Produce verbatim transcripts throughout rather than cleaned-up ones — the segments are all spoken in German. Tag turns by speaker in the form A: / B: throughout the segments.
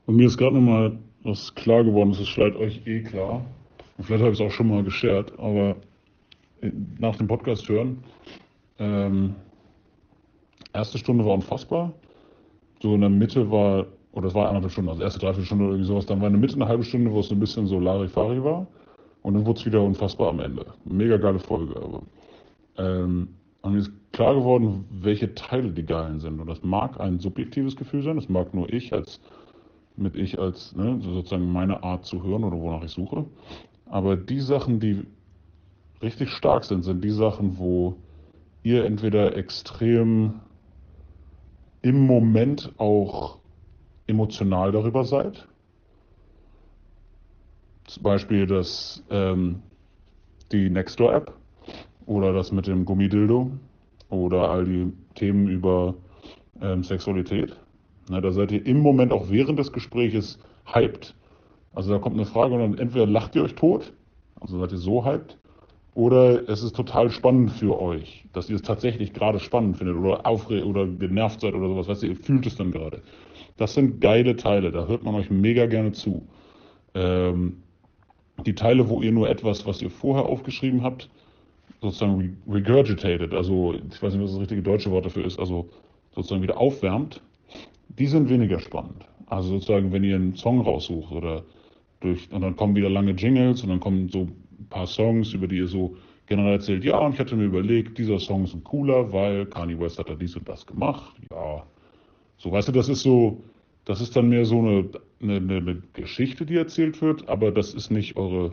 A: Und mir ist gerade nochmal was klar geworden, das ist vielleicht euch eh klar. Und vielleicht habe ich es auch schon mal geshared, aber nach dem Podcast hören, ähm, erste Stunde war unfassbar. So in der Mitte war, oder es war eineinhalb Stunden, also erste Dreiviertelstunde oder irgendwie sowas, dann war in der Mitte eine halbe Stunde, wo es so ein bisschen so Larifari war. Und dann wurde es wieder unfassbar am Ende. Mega geile Folge, aber. Ähm, und mir ist klar geworden, welche Teile die geilen sind. Und das mag ein subjektives Gefühl sein, das mag nur ich als, mit ich als, ne, sozusagen meine Art zu hören oder wonach ich suche. Aber die Sachen, die richtig stark sind, sind die Sachen, wo ihr entweder extrem im Moment auch emotional darüber seid. Zum Beispiel das, ähm, die Nextdoor-App oder das mit dem Gummidildo oder all die Themen über ähm, Sexualität. Na, da seid ihr im Moment auch während des Gespräches hyped. Also da kommt eine Frage und dann entweder lacht ihr euch tot, also seid ihr so hyped, oder es ist total spannend für euch, dass ihr es tatsächlich gerade spannend findet oder aufregt oder genervt seid oder sowas. Weißt du, ihr fühlt es dann gerade. Das sind geile Teile, da hört man euch mega gerne zu. Ähm, die Teile, wo ihr nur etwas, was ihr vorher aufgeschrieben habt, sozusagen regurgitated, also ich weiß nicht, was das richtige deutsche Wort dafür ist, also sozusagen wieder aufwärmt, die sind weniger spannend. Also sozusagen, wenn ihr einen Song raussucht oder durch, und dann kommen wieder lange Jingles und dann kommen so ein paar Songs, über die ihr so generell erzählt, ja, und ich hatte mir überlegt, dieser Song ist ein cooler, weil Kanye West hat da dies und das gemacht. Ja, so, weißt du, das ist so, das ist dann mehr so eine, eine, eine Geschichte, die erzählt wird, aber das ist nicht eure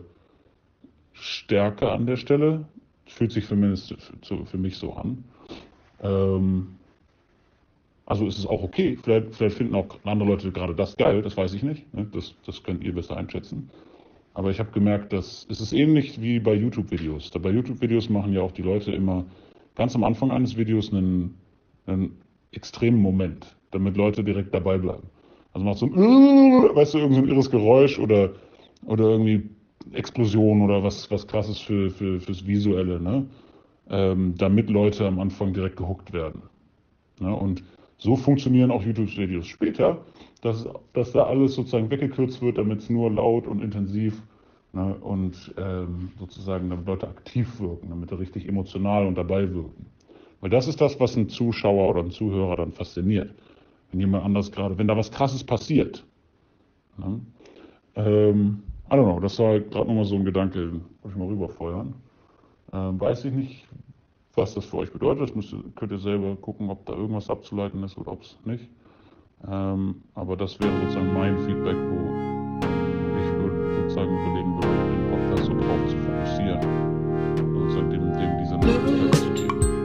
A: Stärke an der Stelle. Fühlt sich für mich, für mich so an. Ähm, also ist es auch okay. Vielleicht, vielleicht finden auch andere Leute gerade das geil, das weiß ich nicht. Ne? Das, das könnt ihr besser einschätzen. Aber ich habe gemerkt, dass es ist ähnlich wie bei YouTube-Videos. Da bei YouTube-Videos machen ja auch die Leute immer ganz am Anfang eines Videos einen, einen extremen Moment, damit Leute direkt dabei bleiben. Also macht so ein, weißt du, irgend so ein irres Geräusch oder, oder irgendwie Explosion oder was, was krasses für, für, fürs Visuelle, ne? Ähm, damit Leute am Anfang direkt gehuckt werden. Ne? Und so funktionieren auch YouTube-Videos später, dass, dass da alles sozusagen weggekürzt wird, damit es nur laut und intensiv, ne? Und ähm, sozusagen damit Leute aktiv wirken, damit sie richtig emotional und dabei wirken. Weil das ist das, was einen Zuschauer oder einen Zuhörer dann fasziniert. Wenn jemand anders gerade, wenn da was Krasses passiert. Ne? Ähm, I don't know, das war gerade nochmal so ein Gedanke, wollte ich mal rüberfeuern. Ähm, weiß ich nicht, was das für euch bedeutet. Das müsst ihr, könnt ihr selber gucken, ob da irgendwas abzuleiten ist oder ob es nicht. Ähm, aber das wäre sozusagen mein Feedback, wo ich würd, sozusagen überlegen würde, den Podcast so drauf zu fokussieren. Sozusagen dem, dem diese Möglichkeit zu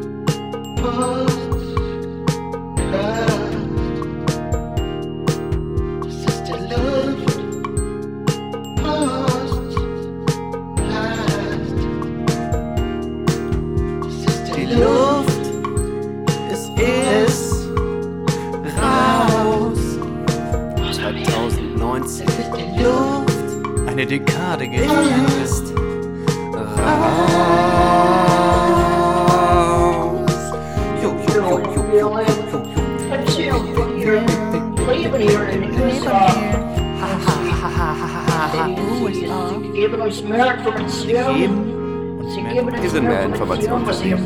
A: geben.
B: Eine Dekade gegangen ist. Raus. Jo, jo, jo, jo, jo, jo,
C: Hier sind mehr Informationen für Sie.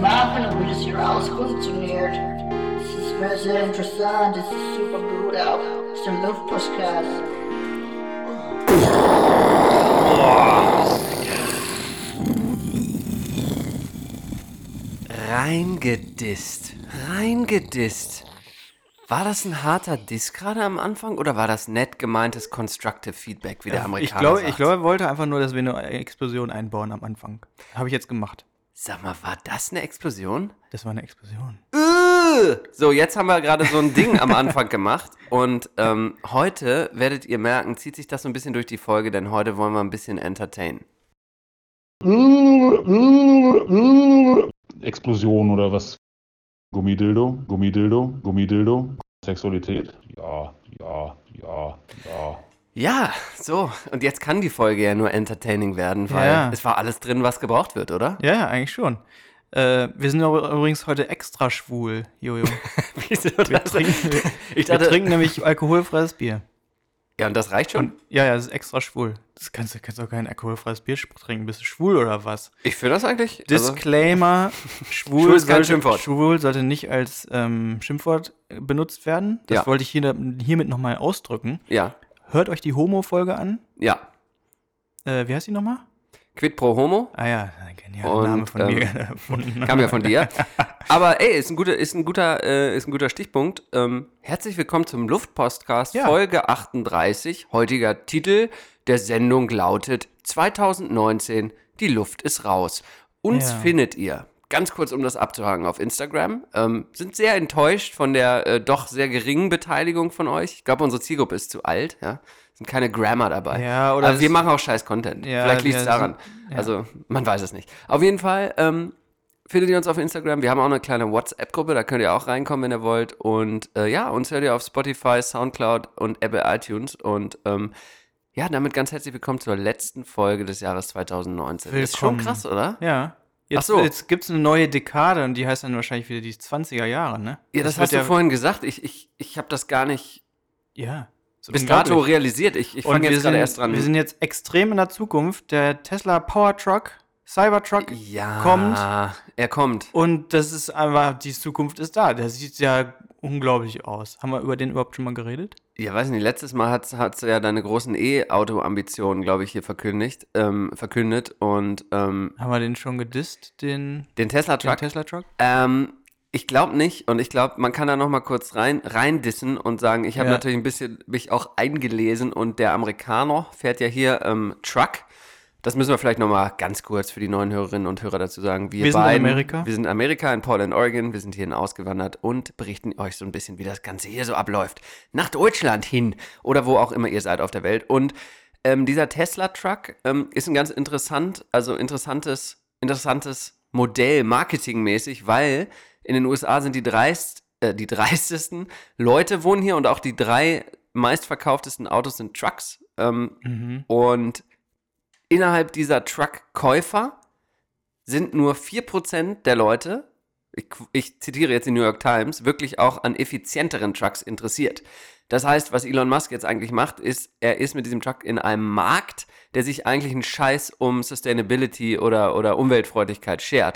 D: Das ist sehr interessant, das ist super gut auch. Das ist ein Luftpostcard.
C: Reingedisst. Reingedisst. War das ein harter Diss gerade am Anfang oder war das nett gemeintes Constructive Feedback, wie der Amerikaner
B: ich glaube,
C: sagt?
B: Ich glaube, er wollte einfach nur, dass wir eine Explosion einbauen am Anfang. Habe ich jetzt gemacht.
C: Sag mal, war das eine Explosion?
B: Das war eine Explosion.
C: Uh, so, jetzt haben wir gerade so ein Ding am Anfang gemacht und ähm, heute werdet ihr merken, zieht sich das so ein bisschen durch die Folge, denn heute wollen wir ein bisschen entertainen.
A: Explosion oder was? Gummidildo, Gummidildo, Gummidildo, Sexualität. Ja, ja, ja, ja.
C: Ja, so. Und jetzt kann die Folge ja nur entertaining werden, weil
B: Ja.
C: es war alles drin, was gebraucht wird, oder?
B: Ja, ja, eigentlich schon. Äh, wir sind aber übrigens heute extra schwul, Jojo.
C: Wieso
B: Wir,
C: das?
B: trinken, wir,
C: Ich dachte,
B: wir trinken nämlich alkoholfreies Bier.
C: Ja, und das reicht schon?
B: Und, ja, ja, das ist extra schwul. Das kannst du kannst auch kein alkoholfreies Bier trinken. Bist du schwul oder was?
C: Ich finde das eigentlich. Also,
B: Disclaimer, schwul,
C: Schwul ist kein
B: sollte,
C: Schimpfwort.
B: schwul sollte nicht als ähm, Schimpfwort äh, benutzt werden. Das
C: Ja.
B: wollte ich hier, hiermit nochmal ausdrücken.
C: ja,
B: Hört euch die Homo-Folge an.
C: ja.
B: Äh, wie heißt die nochmal?
C: Quid pro homo.
B: Ah ja, ein genialer
C: Und,
B: Name von
C: ähm,
B: mir erfunden.
C: Kam ja von dir. Aber ey, ist ein guter, ist ein guter, äh, ist ein guter Stichpunkt. Ähm, herzlich willkommen zum Luftpostcast,
B: Ja.
C: Folge achtunddreißig. Heutiger Titel der Sendung lautet zweitausendneunzehn, die Luft ist raus. Uns
B: Ja.
C: findet ihr, ganz kurz um das abzuhaken, auf Instagram. Ähm, sind sehr enttäuscht von der äh, doch sehr geringen Beteiligung von euch. Ich glaube, unsere Zielgruppe ist zu alt, ja. Sind keine Grammar dabei.
B: Ja, oder
C: Aber wir
B: es-
C: machen auch scheiß Content.
B: Ja,
C: Vielleicht liegt es
B: wir
C: daran.
B: sind- ja.
C: Also, man weiß es nicht. Auf jeden Fall ähm, findet ihr uns auf Instagram. Wir haben auch eine kleine WhatsApp-Gruppe, da könnt ihr auch reinkommen, wenn ihr wollt. Und äh, ja, uns hört ihr auf Spotify, Soundcloud und Apple iTunes. Und ähm, ja, damit ganz herzlich willkommen zur letzten Folge des Jahres zweitausendneunzehn. Ist schon
B: Willkommen.
C: krass, oder?
B: Ja. Jetzt,
C: Ach so.
B: jetzt gibt es eine neue Dekade und die heißt dann wahrscheinlich wieder die zwanziger Jahre, ne?
C: Ja, das,
B: wird
C: hast du vorhin gesagt. Ich, ich, ich habe das gar nicht
B: Ja. ist
C: bis dato
B: unglaublich.
C: realisiert. Ich, ich
B: Und
C: fange
B: wir
C: jetzt gerade
B: sind-
C: erst dran.
B: Wir sind jetzt extrem in der Zukunft. Der Tesla Powertruck, Cybertruck
C: ja,
B: kommt.
C: er kommt.
B: Und das ist einfach, die Zukunft ist da. Der sieht ja unglaublich aus. Haben wir über den überhaupt schon mal geredet?
C: Ja, weiß nicht, letztes Mal hat du ja deine großen E-Auto-Ambitionen, glaube ich, hier verkündigt, ähm, verkündet und ähm,
B: Haben wir den schon gedisst, den,
C: den
B: den
C: Tesla-Truck.
B: Tesla-Truck?
C: Ähm, ich glaube nicht und ich glaube, man kann da noch mal kurz rein reindissen und sagen, ich habe
B: Ja.
C: natürlich ein bisschen mich auch eingelesen und der Amerikaner fährt ja hier ähm, Truck. Das müssen wir vielleicht noch mal ganz kurz für die neuen Hörerinnen und Hörer dazu sagen. Wir,
B: Wir sind in
C: beiden,
B: Amerika.
C: Wir sind in Amerika, in Portland, Oregon. Wir sind hierhin ausgewandert und berichten euch so ein bisschen, wie das Ganze hier so abläuft. Nach Deutschland hin oder wo auch immer ihr seid auf der Welt. Und ähm, dieser Tesla-Truck ähm, ist ein ganz interessant, also interessantes, interessantes Modell, marketingmäßig, weil in den U S A sind die dreist, äh, die dreistesten Leute wohnen hier und auch die drei meistverkauftesten Autos sind Trucks. Ähm,
B: Mhm.
C: und innerhalb dieser Truck-Käufer sind nur vier Prozent der Leute, ich, ich zitiere jetzt die New York Times, wirklich auch an effizienteren Trucks interessiert. Das heißt, was Elon Musk jetzt eigentlich macht, ist, er ist mit diesem Truck in einem Markt, der sich eigentlich einen Scheiß um Sustainability oder, oder Umweltfreundlichkeit schert.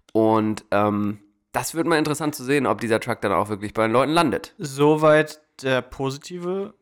C: Und ähm, das wird mal interessant zu sehen, ob dieser Truck dann auch wirklich bei den Leuten landet.
B: Soweit der positive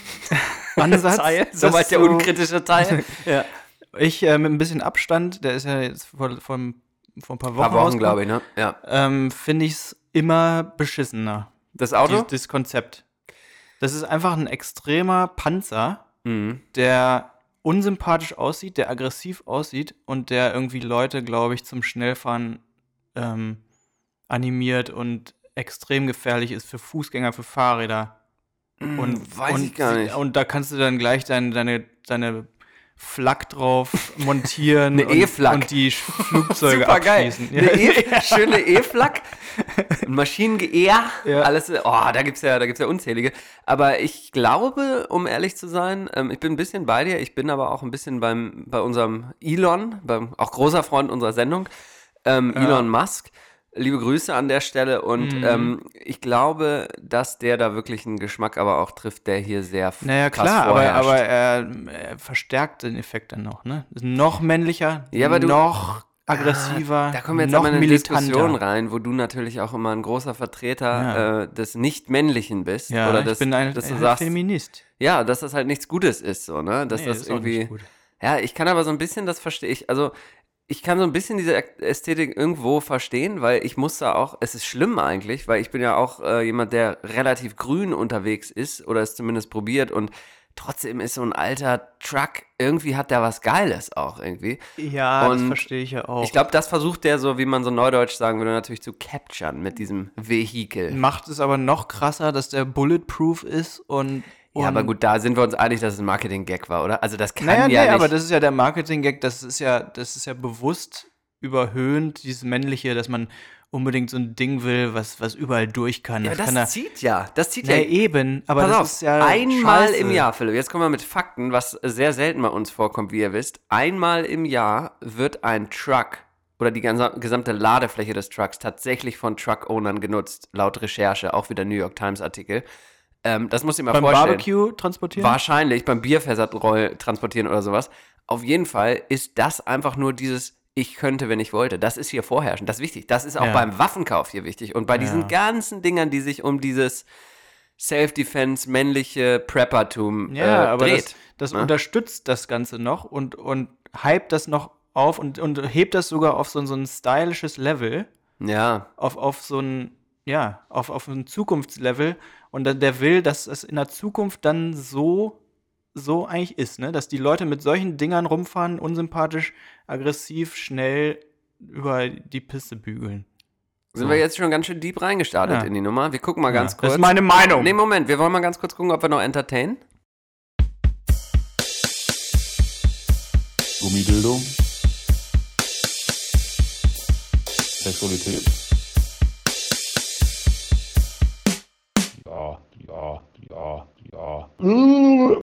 B: Ansatz.
C: Teil,
B: dass
C: soweit der
B: du-
C: unkritische Teil.
B: Ja. Ich äh, mit ein bisschen Abstand, der ist ja jetzt vor, vor, vor ein paar
C: Ein
B: Wochen,
C: paar Wochen, glaube ich, ne? Ja.
B: ähm, finde ich es immer beschissener.
C: Das Auto?
B: Dies, das Konzept. Das ist einfach ein extremer Panzer,
C: Mhm.
B: der unsympathisch aussieht, der aggressiv aussieht und der irgendwie Leute, glaube ich, zum Schnellfahren ähm, animiert und extrem gefährlich ist für Fußgänger, für Fahrräder. Und,
C: weiß
B: und,
C: ich gar nicht.
B: Und da kannst du dann gleich dein, deine, deine Flak drauf montieren
C: Eine
B: und,
C: E-Flak.
B: und die Sch- Flugzeuge
C: Super geil.
B: abschießen.
C: Eine e schöne E-Flak, ein Maschinengewehr,
B: Ja.
C: alles. Oh, da gibt's ja, da gibt's ja unzählige. Aber ich glaube, um ehrlich zu sein, ähm, ich bin ein bisschen bei dir. Ich bin aber auch ein bisschen beim bei unserem Elon, beim auch großer Freund unserer Sendung, ähm,
B: Ja.
C: Elon Musk. Liebe Grüße an der Stelle und
B: Mhm.
C: ähm, ich glaube, dass der da wirklich einen Geschmack aber auch trifft, der hier sehr f-
B: Naja,
C: krass
B: klar, aber,
C: vorherrscht.
B: aber er, er verstärkt den Effekt dann noch, ne? Ist noch männlicher,
C: Ja, aber du-
B: noch aggressiver,
C: Da kommen wir jetzt
B: noch
C: aber in eine
B: militanter.
C: Diskussion rein, wo du natürlich auch immer ein großer Vertreter
B: Ja.
C: äh, des Nicht-Männlichen bist.
B: Ja,
C: oder
B: ich
C: des,
B: bin ein,
C: dass du
B: ein
C: sagst,
B: Feminist.
C: ja, dass das halt nichts Gutes ist, so, ne? Dass
B: Nee,
C: das
B: ist auch
C: irgendwie.
B: nicht gut.
C: Ja, ich kann aber so ein bisschen, das verstehe ich, also ich kann so ein bisschen diese Ästhetik irgendwo verstehen, weil ich muss da auch, es ist schlimm eigentlich, weil ich bin ja auch äh, jemand, der relativ grün unterwegs ist oder es zumindest probiert und trotzdem ist so ein alter Truck, irgendwie hat der was Geiles auch irgendwie.
B: Ja, das
C: Und
B: verstehe ich ja auch.
C: Ich glaube, das versucht der so, wie man so neudeutsch sagen würde, natürlich zu capturen mit diesem Vehikel.
B: Macht es aber noch krasser, dass der bulletproof ist und.
C: Ja, aber
B: und-
C: gut, da sind wir uns einig, dass es ein Marketing-Gag war, oder? Also das kann
B: Naja,
C: ja
B: nee,
C: nicht.
B: aber das ist ja der Marketing-Gag, das ist ja, das ist ja bewusst überhöhend, dieses Männliche, dass man unbedingt so ein Ding will, was, was überall durch kann.
C: ja,
B: das
C: das
B: kann er,
C: zieht ja. Das zieht
B: na,
C: ja.
B: eben, aber
C: Pass
B: das
C: auf,
B: ist ja
C: einmal
B: scheiße.
C: im Jahr, Philipp, jetzt kommen wir mit Fakten, was sehr selten bei uns vorkommt, wie ihr wisst. Einmal im Jahr wird ein Truck oder die ganze, gesamte Ladefläche des Trucks tatsächlich von Truck-Ownern genutzt, laut Recherche, auch wieder New York Times-Artikel. Ähm, das musst du dir mal
B: Beim
C: vorstellen.
B: Barbecue transportieren?
C: Wahrscheinlich beim Bierversatzroll transportieren oder sowas. Auf jeden Fall ist das einfach nur dieses, ich könnte, wenn ich wollte. Das ist hier vorherrschend. Das ist wichtig. Das ist auch
B: Ja.
C: beim Waffenkauf hier wichtig. Und bei
B: Ja.
C: diesen ganzen Dingern, die sich um dieses Self-Defense, männliche Preppertum
B: Ja,
C: äh,
B: aber
C: dreht.
B: das, das
C: ne?
B: unterstützt das Ganze noch und, und hypt das noch auf und, und hebt das sogar auf so, so ein stylisches Level,
C: Ja,
B: auf, auf so ein, ja, auf, auf ein Zukunftslevel. Und dann, der will, dass es in der Zukunft dann so, so eigentlich ist, ne? Dass die Leute mit solchen Dingern rumfahren, unsympathisch, aggressiv, schnell über die Piste bügeln.
C: sind
B: So.
C: wir jetzt schon ganz schön deep reingestartet
B: Ja.
C: in die Nummer. Wir gucken mal ganz
B: Ja,
C: kurz.
B: das ist meine Meinung.
C: Nee, Moment, wir wollen mal ganz kurz gucken, ob wir noch entertainen.
A: Gummidildo. Sexualität. Ja, ja, ja, ja.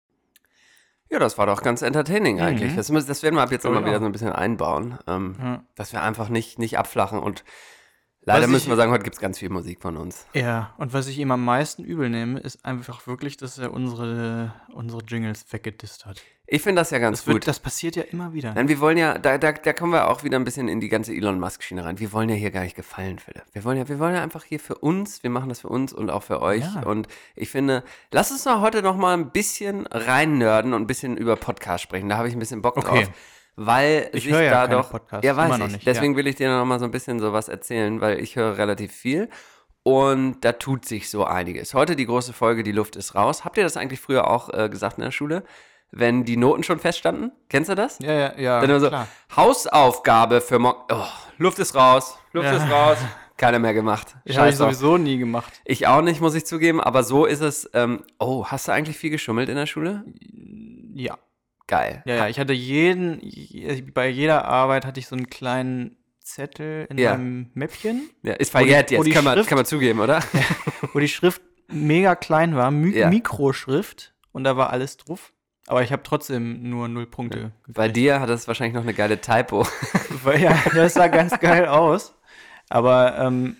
C: Ja, das war doch ganz entertaining eigentlich.
B: Mhm.
C: Das, müssen- das werden wir ab jetzt
B: Ja,
C: immer
B: ja.
C: wieder so ein bisschen einbauen, ähm,
B: Ja.
C: dass wir einfach nicht, nicht abflachen. Und leider
B: Was
C: müssen
B: ich-
C: wir sagen, heute gibt es ganz viel Musik von uns.
B: Ja, und was ich ihm am meisten übel nehme, ist einfach wirklich, dass er unsere, unsere Jingles weggedisst hat.
C: Ich finde das ja ganz
B: Das, wird,
C: gut.
B: das passiert ja immer wieder.
C: Nein, wir wollen ja, da, da, da kommen wir auch wieder ein bisschen in die ganze Elon Musk-Schiene rein. Wir wollen ja hier gar nicht gefallen, Philipp. Wir wollen ja, wir wollen ja einfach hier für uns, wir machen das für uns und auch für euch.
B: Ja.
C: Und ich finde, lass uns doch heute noch mal ein bisschen rein nerden und ein bisschen über Podcast sprechen. Da habe ich ein bisschen Bock
B: Okay.
C: drauf. Weil
B: Ich
C: sich
B: höre ja
C: da
B: keine
C: doch.
B: Podcasts,
C: ja, weiß
B: immer
C: ich.
B: noch nicht,
C: Deswegen
B: ja.
C: will ich dir noch mal so ein bisschen sowas erzählen, weil ich höre relativ viel. Und da tut sich so einiges. Heute die große Folge, die Luft ist raus. Habt ihr das eigentlich früher auch äh, gesagt in der Schule? Wenn die Noten schon feststanden? Kennst du das?
B: Ja, ja, ja,
C: Dann immer so,
B: klar.
C: Hausaufgabe für morgen. Oh, Luft ist raus, Luft
B: Ja.
C: ist raus. Keiner mehr gemacht.
B: Das habe ich
C: Scheiß drauf.
B: sowieso nie gemacht.
C: Ich auch nicht, muss ich zugeben, aber so ist es. Ähm, oh, hast du eigentlich viel geschummelt in der Schule?
B: Ja.
C: Geil.
B: Ja, ja, ich hatte jeden, je- bei jeder Arbeit hatte ich so einen kleinen Zettel in
C: Ja.
B: meinem Mäppchen,
C: Ja, ist verjährt
B: Wo die- wo
C: jetzt,
B: die
C: kann man,
B: Schrift-
C: kann man zugeben, oder?
B: wo die Schrift mega klein war, Mi
C: Ja.
B: Mikroschrift und da war alles drauf. Aber ich habe trotzdem nur null Punkte
C: Bei dir hat das wahrscheinlich noch eine geile Typo.
B: Weil, ja, das sah ganz geil aus. Aber ähm,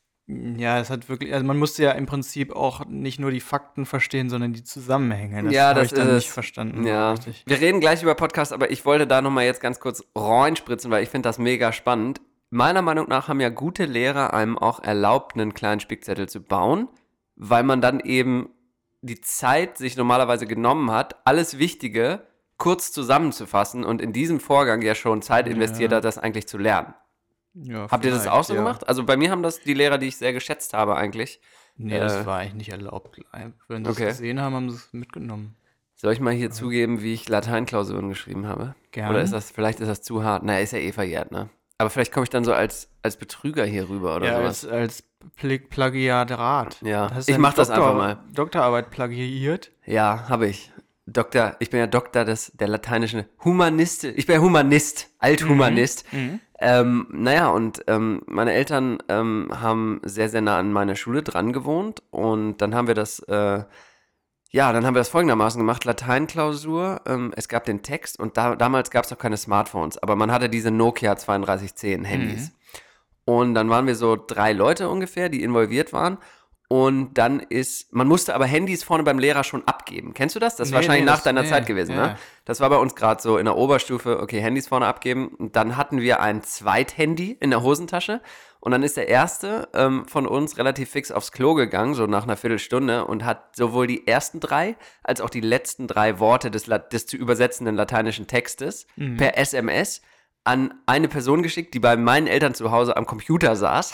B: ja, es hat wirklich, also man musste ja im Prinzip auch nicht nur die Fakten verstehen, sondern die Zusammenhänge. Das
C: Ja,
B: habe
C: das
B: ich dann
C: ist
B: nicht
C: es.
B: verstanden.
C: Ja,
B: Richtig.
C: wir reden gleich über Podcasts, aber ich wollte da nochmal jetzt ganz kurz reinspritzen, weil ich finde das mega spannend. Meiner Meinung nach haben ja gute Lehrer einem auch erlaubt, einen kleinen Spickzettel zu bauen, weil man dann eben die Zeit sich normalerweise genommen hat, alles Wichtige kurz zusammenzufassen und in diesem Vorgang ja schon Zeit investiert
B: Ja.
C: hat, das eigentlich zu lernen.
B: Ja,
C: Habt ihr das
B: vielleicht,
C: auch so
B: ja.
C: gemacht? Also bei mir haben das die Lehrer, die ich sehr geschätzt habe eigentlich.
B: Nee,
C: Äh,
B: das war eigentlich nicht erlaubt. Wenn sie
C: okay.
B: es gesehen haben, haben sie es mitgenommen.
C: Soll ich mal hier zugeben, wie ich Lateinklausuren geschrieben habe?
B: Gerne.
C: Oder ist das, vielleicht ist das zu hart? Naja, ist ja eh verjährt, ne? Aber vielleicht komme ich dann so als, als Betrüger hier rüber oder
B: Ja,
C: sowas.
B: als, als Pl Plagiatrat.
C: Ja,
B: Hast du
C: ich
B: deine
C: mach das
B: Doktor-
C: einfach mal.
B: Doktorarbeit plagiiert?
C: Ja, habe ich. Doktor, ich bin ja Doktor des, der lateinischen Humanist. Ich bin ja Humanist, Althumanist.
B: Mhm.
C: Ähm, naja, und ähm, meine Eltern ähm, haben sehr, sehr nah an meiner Schule dran gewohnt. Und dann haben wir das, äh, ja, dann haben wir das folgendermaßen gemacht. Lateinklausur, ähm, es gab den Text und da, damals gab es noch keine Smartphones, aber man hatte diese Nokia zweiunddreißig zehn Handys. Und dann waren wir so drei Leute ungefähr, die involviert waren. Und dann ist, man musste aber Handys vorne beim Lehrer schon abgeben. Kennst du das? Das ist
B: Nee,
C: wahrscheinlich
B: nee,
C: nach
B: das-
C: deiner
B: nee,
C: Zeit gewesen,
B: ja.
C: ne? Das war bei uns gerade so in der Oberstufe, okay, Handys vorne abgeben. Und dann hatten wir ein Zweithandy in der Hosentasche. Und dann ist der erste ähm, von uns relativ fix aufs Klo gegangen, so nach einer Viertelstunde, und hat sowohl die ersten drei als auch die letzten drei Worte des, La- des zu übersetzenden lateinischen Textes
B: Mhm.
C: per S M S an eine Person geschickt, die bei meinen Eltern zu Hause am Computer saß.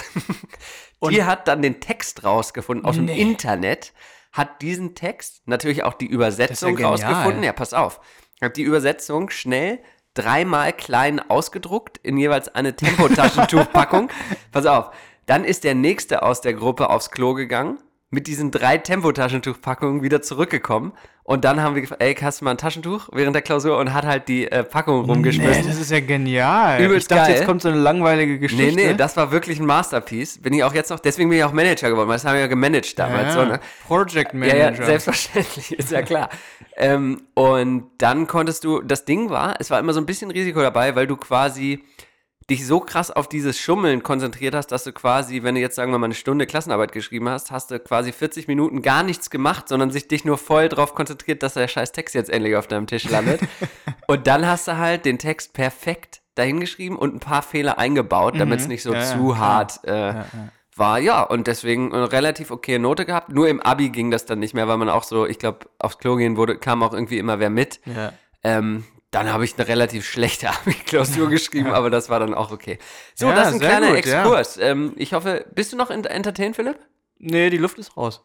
C: Die hat dann den Text rausgefunden aus dem
B: Nee.
C: Internet, hat diesen Text, natürlich auch die Übersetzung
B: genial.
C: rausgefunden. Ja, pass auf. Hat die Übersetzung schnell dreimal klein ausgedruckt in jeweils eine Tempotaschentuchpackung. Pass auf. Dann ist der nächste aus der Gruppe aufs Klo gegangen, mit diesen drei Tempotaschentuchpackungen wieder zurückgekommen. Und dann haben wir gefragt, ey, hast du mal ein Taschentuch während der Klausur, und hat halt die äh, Packung rumgeschmissen.
B: Nee, das ist ja genial.
C: Übelst
B: ich dachte,
C: geil.
B: jetzt kommt so eine langweilige Geschichte.
C: Nee, nee, das war wirklich ein Masterpiece. Bin ich auch jetzt noch, deswegen bin ich auch Manager geworden, weil das haben wir ja gemanagt damals.
B: ja,
C: So, ne?
B: Project
C: Ja,
B: Manager.
C: ja, selbstverständlich, ist ja klar. ähm, und dann konntest du, das Ding war, es war immer so ein bisschen Risiko dabei, weil du quasi dich so krass auf dieses Schummeln konzentriert hast, dass du quasi, wenn du jetzt, sagen wir mal, eine Stunde Klassenarbeit geschrieben hast, hast du quasi vierzig Minuten gar nichts gemacht, sondern sich dich nur voll drauf konzentriert, dass der scheiß Text jetzt endlich auf deinem Tisch landet. Und dann hast du halt den Text perfekt dahingeschrieben und ein paar Fehler eingebaut, damit es nicht so
B: Ja,
C: zu
B: ja,
C: hart äh,
B: Ja, ja.
C: war. Ja, und deswegen eine relativ okay Note gehabt. Nur im Abi ging das dann nicht mehr, weil man auch so, ich glaube, aufs Klo gehen wurde, kam auch irgendwie immer wer mit.
B: Ja.
C: Ähm, dann habe ich eine relativ schlechte Abi-Klausur geschrieben, aber das war dann auch okay. So,
B: Ja,
C: das ist ein
B: sehr
C: kleiner
B: gut,
C: Exkurs. Ähm, ich hoffe, bist du noch in- entertained, Philipp?
B: Nee, die Luft ist raus.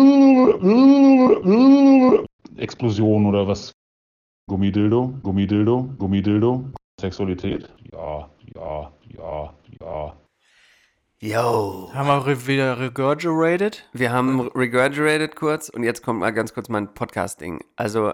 A: Explosion oder was? Gummidildo, Gummidildo, Gummidildo. Sexualität? Ja, ja, ja, ja.
C: Yo.
B: Haben wir re- wieder regurgitated?
C: Wir haben regurgitated kurz und jetzt kommt mal ganz kurz mein Podcast-Ding. Also,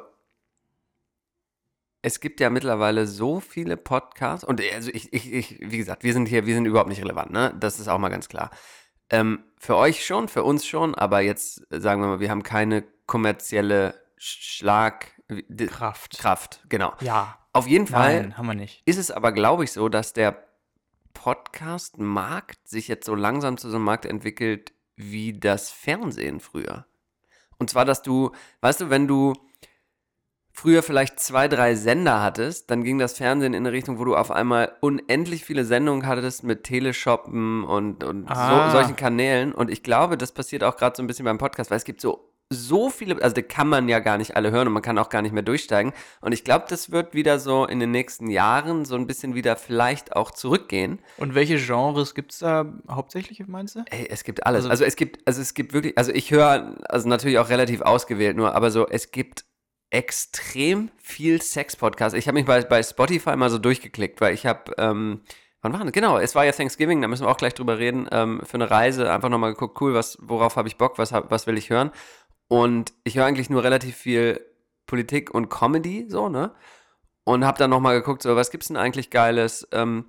C: es gibt ja mittlerweile so viele Podcasts und also ich, ich, ich, wie gesagt, wir sind hier, wir sind überhaupt nicht relevant, ne? Das ist auch mal ganz klar. Ähm, für euch schon, für uns schon, aber jetzt sagen wir mal, wir haben keine kommerzielle Schlag...
B: Kraft.
C: Kraft, genau.
B: Ja.
C: Auf jeden Fall
B: Nein, haben wir nicht.
C: ist es aber, glaube ich, so, dass der Podcast-Markt sich jetzt so langsam zu so einem Markt entwickelt wie das Fernsehen früher. Und zwar, dass du, weißt du, wenn du früher vielleicht zwei, drei Sender hattest, dann ging das Fernsehen in eine Richtung, wo du auf einmal unendlich viele Sendungen hattest mit Teleshoppen und, und
B: Ah.
C: so, solchen Kanälen. Und ich glaube, das passiert auch gerade so ein bisschen beim Podcast, weil es gibt so so viele, also die kann man ja gar nicht alle hören und man kann auch gar nicht mehr durchsteigen. Und ich glaube, das wird wieder so in den nächsten Jahren so ein bisschen wieder vielleicht auch zurückgehen.
B: Und welche Genres gibt es da hauptsächlich, meinst du?
C: Ey, es gibt alles.
B: Also-
C: Also, es gibt, also es gibt wirklich, also ich höre, also natürlich auch relativ ausgewählt nur, aber so, es gibt extrem viel Sex-Podcasts. Ich habe mich bei, bei Spotify mal so durchgeklickt, weil ich habe, ähm, wann war das? Genau, es war ja Thanksgiving, da müssen wir auch gleich drüber reden, ähm, für eine Reise, einfach nochmal geguckt, cool, was, worauf habe ich Bock, was, hab, was will ich hören? Und ich höre eigentlich nur relativ viel Politik und Comedy, so, ne? Und habe dann nochmal geguckt, so, was gibt's denn eigentlich Geiles? Ähm,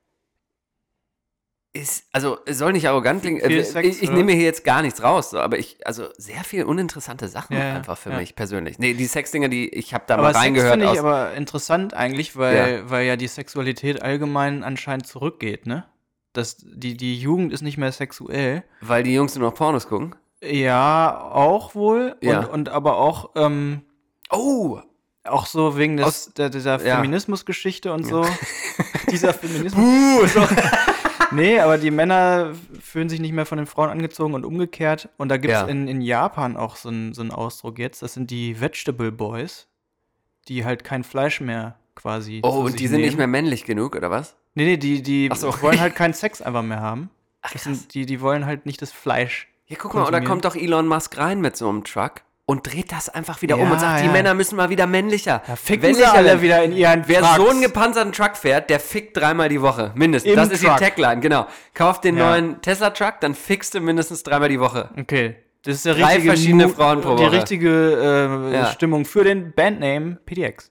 C: ist, also, es soll nicht arrogant klingen.
B: Viel
C: äh,
B: Sex,
C: ich ich
B: oder?
C: nehme hier jetzt gar nichts raus, so, aber ich, also, sehr viel uninteressante Sachen
B: Ja, ja,
C: einfach für
B: ja.
C: mich persönlich. Nee, die Sexdinger, die, ich habe da
B: Aber
C: mal
B: Sex
C: reingehört.
B: finde ich
C: aus,
B: aber interessant eigentlich, weil, weil ja die Sexualität allgemein anscheinend zurückgeht, ne? Das, die, die Jugend ist nicht mehr sexuell.
C: weil die Jungs nur noch Pornos gucken.
B: Ja, auch wohl.
C: Ja.
B: Und, und aber auch, ähm,
C: Oh!
B: auch so wegen des,
C: Aus-
B: der, dieser
C: ja.
B: Feminismusgeschichte und so. Dieser Feminismus. so. Nee, aber die Männer fühlen sich nicht mehr von den Frauen angezogen und umgekehrt. Und da gibt es
C: Ja.
B: in, in Japan auch so einen so einen Ausdruck jetzt. Das sind die Vegetable Boys, die halt kein Fleisch mehr quasi
C: Oh,
B: zu
C: und
B: sich
C: die sind nicht
B: nehmen.
C: mehr männlich genug, oder was?
B: Nee, nee, die, die
C: Ach so.
B: wollen halt keinen Sex einfach mehr haben.
C: Ach,
B: Das
C: krass.
B: sind, die, die wollen halt nicht das Fleisch.
C: Ja, guck mal, oder
B: konsumieren.
C: kommt doch Elon Musk rein mit so einem Truck und dreht das einfach wieder um
B: Ja,
C: und sagt, die
B: ja.
C: Männer müssen mal wieder männlicher.
B: Ja, ficken
C: Wenn
B: sie
C: nicht,
B: alle
C: dann-
B: wieder in ihren
C: Wer
B: Trucks.
C: so einen gepanzerten Truck fährt, der fickt dreimal die Woche. Mindestens.
B: Im
C: das ist
B: Truck.
C: die Tagline, genau. Kauf den
B: Ja.
C: neuen Tesla-Truck, dann fickst du mindestens dreimal die Woche.
B: Okay. Das ist der
C: Drei
B: richtige
C: verschiedene
B: Mu-
C: Frauen pro
B: Die
C: Woche.
B: richtige äh,
C: Ja.
B: Stimmung für den Bandname P D X.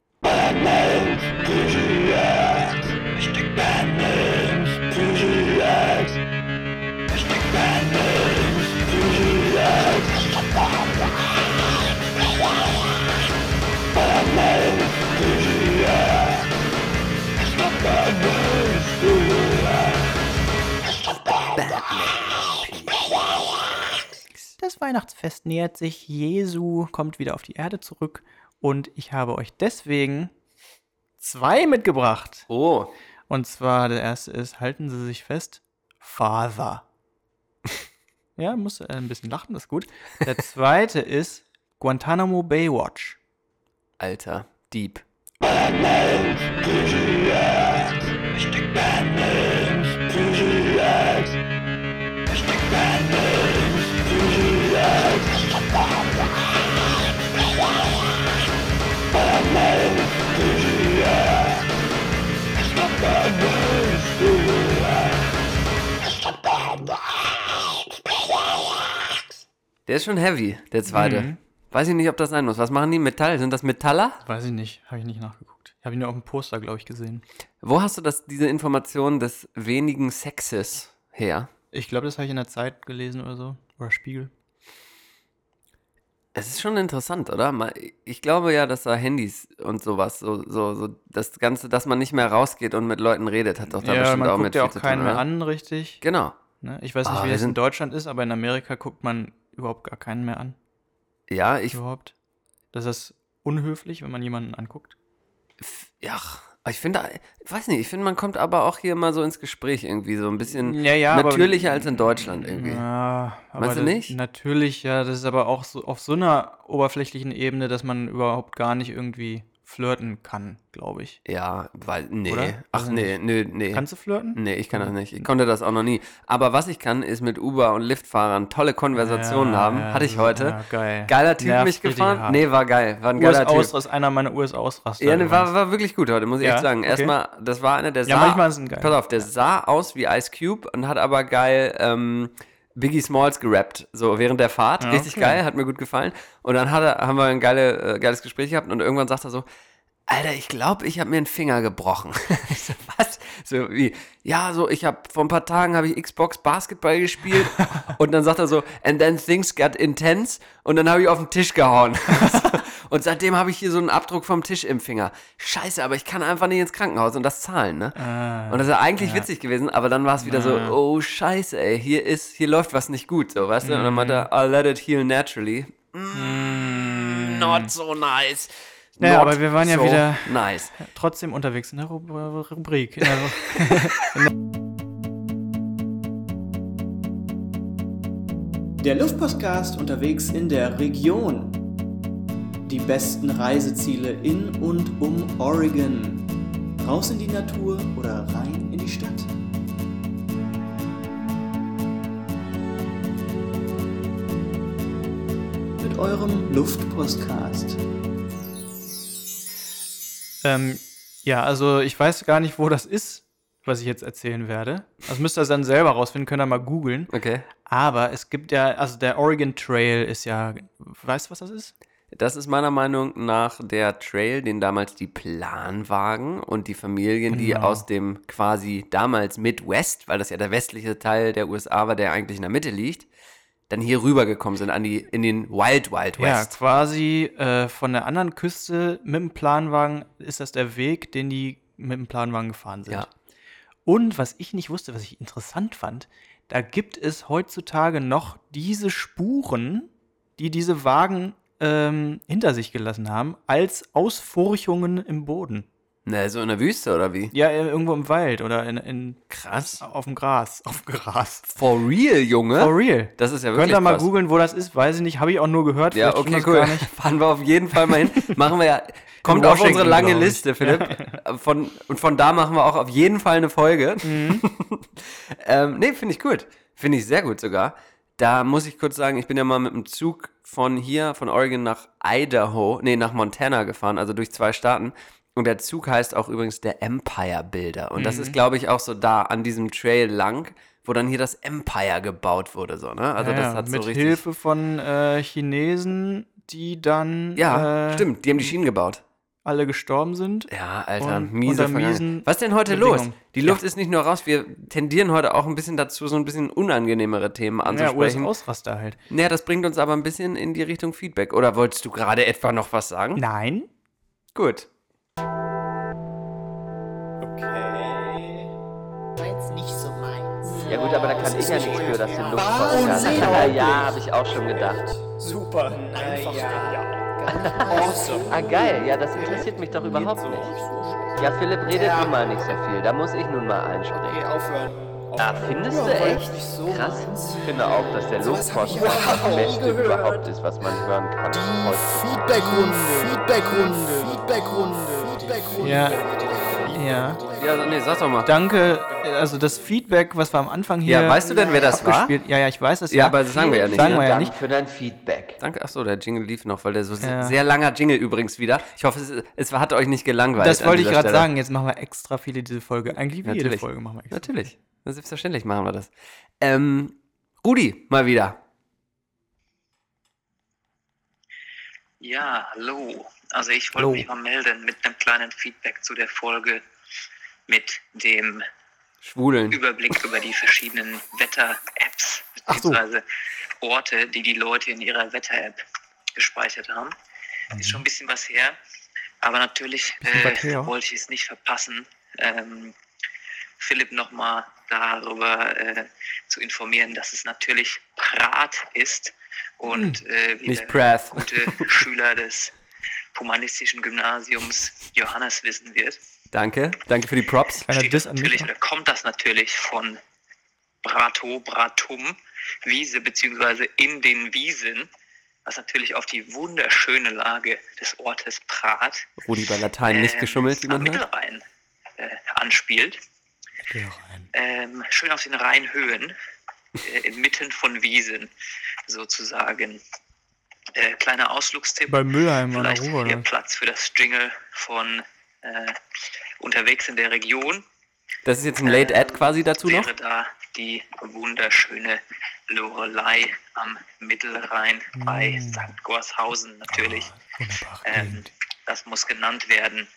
B: Das Weihnachtsfest nähert sich. Jesu kommt wieder auf die Erde zurück. Und ich habe euch deswegen zwei mitgebracht.
C: Oh.
B: Und zwar der erste ist, halten Sie sich fest, Father. Ja, musst du ein bisschen lachen, das ist gut. Der zweite ist Guantanamo Baywatch.
C: Alter, Dieb. Der ist schon heavy, der zweite.
B: Mhm.
C: Weiß ich nicht, ob das sein muss. Was machen die? Metall? Sind das Metaller?
B: Weiß ich nicht, habe ich nicht nachgeguckt. Habe ich nur auf dem Poster, glaube ich, gesehen.
C: Wo hast du das, diese Information des wenigen Sexes her?
B: Ich glaube, das habe ich in der Zeit gelesen oder so. Oder Spiegel.
C: Es ist schon interessant, oder? Mal- Ich glaube ja, dass da Handys und sowas, so, so, so das Ganze, dass man nicht mehr rausgeht und mit Leuten redet, hat doch da
B: Ja,
C: bestimmt
B: man
C: auch
B: guckt
C: mit
B: ja
C: viel
B: auch
C: zu
B: keinen
C: tun,
B: mehr
C: oder?
B: an, richtig.
C: Genau.
B: Ne? Ich weiß nicht,
C: Ah,
B: wie
C: wir
B: das in
C: sind-
B: Deutschland ist, aber in Amerika guckt man überhaupt gar keinen mehr an.
C: Ja, ich,
B: Überhaupt. Das ist unhöflich, wenn man jemanden anguckt.
C: ja, ich finde, ich weiß nicht, ich finde, man kommt aber auch hier mal so ins Gespräch irgendwie, so ein bisschen
B: Ja, ja, aber-
C: natürlicher als in Deutschland irgendwie.
B: Ja, aber
C: Meinst du
B: das-
C: nicht?
B: Natürlich, ja, das ist aber auch so auf so einer oberflächlichen Ebene, dass man überhaupt gar nicht irgendwie flirten kann, glaube ich.
C: Ja, weil, nee.
B: Oder?
C: Ach,
B: Weiß
C: nee, nee, nee.
B: Kannst du flirten?
C: Nee, ich kann das nicht. Ich konnte das auch noch nie. Aber was ich kann, ist mit Uber- und Liftfahrern tolle Konversationen
B: Ja,
C: haben.
B: ja,
C: Hatte ich
B: das-
C: heute.
B: ja, geil.
C: Geiler Typ
B: Nervt
C: mich
B: richtig
C: gefahren.
B: hart.
C: Nee, war geil. War ein geiler Typ.
B: U S-Ausraster, einer meiner U S-Ausraster.
C: Ja, ne, war, war wirklich gut heute, muss ich
B: Ja,
C: echt sagen.
B: okay.
C: Erstmal, das war einer, der
B: Ja,
C: sah.
B: manchmal ist ein geil.
C: Pass auf, der sah aus wie Ice Cube und hat aber geil ähm, Biggie Smalls gerappt. So während der Fahrt.
B: Ja,
C: Richtig
B: okay.
C: geil, hat mir gut gefallen. Und dann hat er, haben wir ein geile, äh, geiles Gespräch gehabt und irgendwann sagt er so: Alter, ich glaube, ich habe mir einen Finger gebrochen. Ich so, was? So wie, ja, so, ich habe vor ein paar Tagen habe ich Xbox Basketball gespielt und dann sagt er so, and then things got intense und dann habe ich auf den Tisch gehauen. Und seitdem habe ich hier so einen Abdruck vom Tisch im Finger. Scheiße, aber ich kann einfach nicht ins Krankenhaus und das zahlen, ne?
B: Ah,
C: Und das ist ja eigentlich witzig gewesen, aber dann war es wieder so, oh Scheiße, ey, hier ist, hier läuft was nicht gut, so, weißt du? Und dann meinte er, I'll let it heal naturally. Mm, not so nice.
B: Ja,
C: Not
B: aber wir waren ja
C: so
B: wieder-
C: nice.
B: trotzdem unterwegs in der Rub Rubrik. In der
E: Der Luftpostcast unterwegs in der Region. Die besten Reiseziele in und um Oregon. Raus in die Natur oder rein in die Stadt. Mit eurem Luftpostcast.
B: ähm, ja, also ich weiß gar nicht, wo das ist, was ich jetzt erzählen werde. Das müsst ihr dann selber rausfinden, könnt ihr mal googeln.
C: Okay.
B: Aber es gibt ja, also der Oregon Trail ist ja, weißt du, was das ist?
C: Das ist meiner Meinung nach der Trail, den damals die Planwagen und die Familien, die
B: Genau.
C: aus dem quasi damals Midwest, weil das ja der westliche Teil der U S A war, der eigentlich in der Mitte liegt, dann hier rübergekommen sind an die, in den Wild Wild
B: Ja,
C: West.
B: quasi äh, von der anderen Küste mit dem Planwagen ist das der Weg, den die mit dem Planwagen gefahren sind.
C: Ja.
B: Und was ich nicht wusste, was ich interessant fand, da gibt es heutzutage noch diese Spuren, die diese Wagen ähm, hinter sich gelassen haben, als Ausfurchungen im Boden.
C: Ne, so in der Wüste oder wie?
B: Ja, äh, irgendwo im Wald oder in, in
C: Krass.
B: auf dem Gras. Auf dem Gras.
C: For real, Junge?
B: For real.
C: Das ist ja wirklich
B: Könnt ihr mal
C: krass.
B: googeln, wo das ist, weiß ich nicht, habe ich auch nur gehört.
C: Ja,
B: vielleicht
C: okay,
B: stimmt das
C: cool.
B: gar nicht.
C: Fahren wir auf jeden Fall mal hin. Machen wir ja. Kommt auf
B: Washington,
C: unsere lange
B: glaub ich.
C: Liste, Philipp. Von, und von da machen wir auch auf jeden Fall eine Folge.
B: Mhm.
C: ähm, nee, finde ich gut. Finde ich sehr gut sogar. Da muss ich kurz sagen, ich bin ja mal mit dem Zug von hier, von Oregon nach Idaho, nee, nach Montana gefahren, also durch zwei Staaten. Und der Zug heißt auch übrigens der Empire Builder. Und
B: Mhm.
C: das ist, glaube ich, auch so da an diesem Trail lang, wo dann hier das Empire gebaut wurde, so, ne? Also
B: Ja,
C: das
B: ja,
C: hat so
B: mit
C: richtig.
B: Hilfe von äh, Chinesen, die dann
C: Ja,
B: äh,
C: stimmt, die haben die Schienen gebaut.
B: alle gestorben sind.
C: Ja, Alter,
B: Und
C: miese
B: unter
C: Vergangenheit.
B: miesen
C: Was denn heute los?
B: Bedingungen.
C: Die Luft ist nicht nur raus, wir tendieren heute auch ein bisschen dazu, so ein bisschen unangenehmere Themen
B: Ja,
C: anzusprechen.
B: U S-Ausraster halt.
C: Naja, das bringt uns aber ein bisschen in die Richtung Feedback. Oder wolltest du gerade etwa noch was sagen?
B: Nein.
C: Gut.
D: War jetzt nicht so meins.
C: Ja gut, aber da kann ich ja nichts für, dass du Luft hast. Ja, ja, habe ich auch schon gedacht.
E: Super. Einfach.
C: Ah geil, ja, das interessiert mich doch überhaupt nicht. Ja, Philipp redet nun mal nicht so viel, da muss ich nun mal einspringen.
E: aufhören.
C: Ah, findest du echt? Krass. Ich finde auch, dass der Luftpost das Beste überhaupt ist, was man hören kann.
E: Feedbackrunde, Feedbackrunde, Feedbackrunde, Feedbackrunde.
B: Ja. Ja.
C: Ja, nee, sag doch mal.
B: Danke. Also das Feedback, was wir am Anfang hier
C: Ja, weißt du denn, wer das war?
B: abgespielt. Ja, ja, ich weiß das
C: Ja, aber das sagen wir ja nicht.
B: Sagen wir ja
C: Dank
B: nicht.
C: für dein Feedback. Danke, achso, der Jingle lief noch, weil der so
B: Ja.
C: sehr langer Jingle übrigens wieder. Ich hoffe, es, es hat euch nicht gelangweilt.
B: Das
C: an
B: wollte ich
C: dieser
B: gerade
C: Stelle.
B: sagen. Jetzt machen wir extra viele diese Folge. Eigentlich wie jede
C: Natürlich.
B: Folge machen wir extra.
C: Natürlich. Ja, selbstverständlich machen wir das. Ähm, Rudi, mal wieder.
F: Ja, hallo. Also ich wollte
B: Hallo.
F: mich mal melden mit einem kleinen Feedback zu der Folge mit dem
C: Schwulen.
F: Überblick über die verschiedenen Wetter-Apps
B: Ach so.
F: bzw. Orte, die die Leute in ihrer Wetter-App gespeichert haben. Mhm. Ist schon ein bisschen was her. Aber natürlich äh, wollte ich es nicht verpassen, ähm, Philipp nochmal darüber äh, zu informieren, dass es natürlich Prat ist. Und
C: hm,
F: äh, wie
C: nicht
F: der
C: Prath.
F: gute Schüler des humanistischen Gymnasiums Johannes wissen wird.
C: Danke, danke für die Props.
F: Steht das natürlich, oder kommt das natürlich von Brato, Bratum, Wiese, beziehungsweise in den Wiesen, was natürlich auf die wunderschöne Lage des Ortes Prat,
C: Rudi bei Latein nicht geschummelt, wie
F: am
C: man hört.
F: Mittelrhein äh, anspielt.
B: Mittelrhein.
F: Ähm, schön auf den Rheinhöhen, äh, inmitten von Wiesen sozusagen. Äh, kleiner Ausflugstipp.
B: Bei Mülheim an der
F: Vielleicht
B: Ruhr,
F: hier
B: ne?
F: Platz für das Jingle von äh, Unterwegs in der Region.
C: Das ist jetzt ein Late-Ad quasi dazu
F: wäre
C: noch?
F: Da die wunderschöne Lorelei am Mittelrhein
B: Mm.
F: bei Sankt Gorshausen natürlich.
B: Oh, wunderbare
F: ähm,
B: Gegend.
F: das muss genannt werden.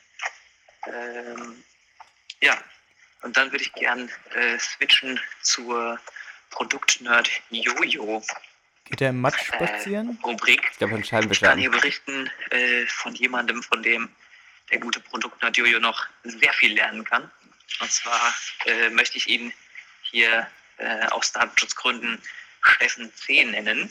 F: Ähm, ja, und dann würde ich gern äh, switchen zur Produktnerd Jojo
B: Geht der im Matsch spazieren?
F: äh, Rubrik.
C: Ich glaube, ein
F: Ich kann
C: Scheibenwischer.
F: hier berichten äh, von jemandem, von dem der gute Produktnerd Jojo noch sehr viel lernen kann. Und zwar äh, möchte ich ihn hier äh, aus Datenschutzgründen Steffen C. nennen.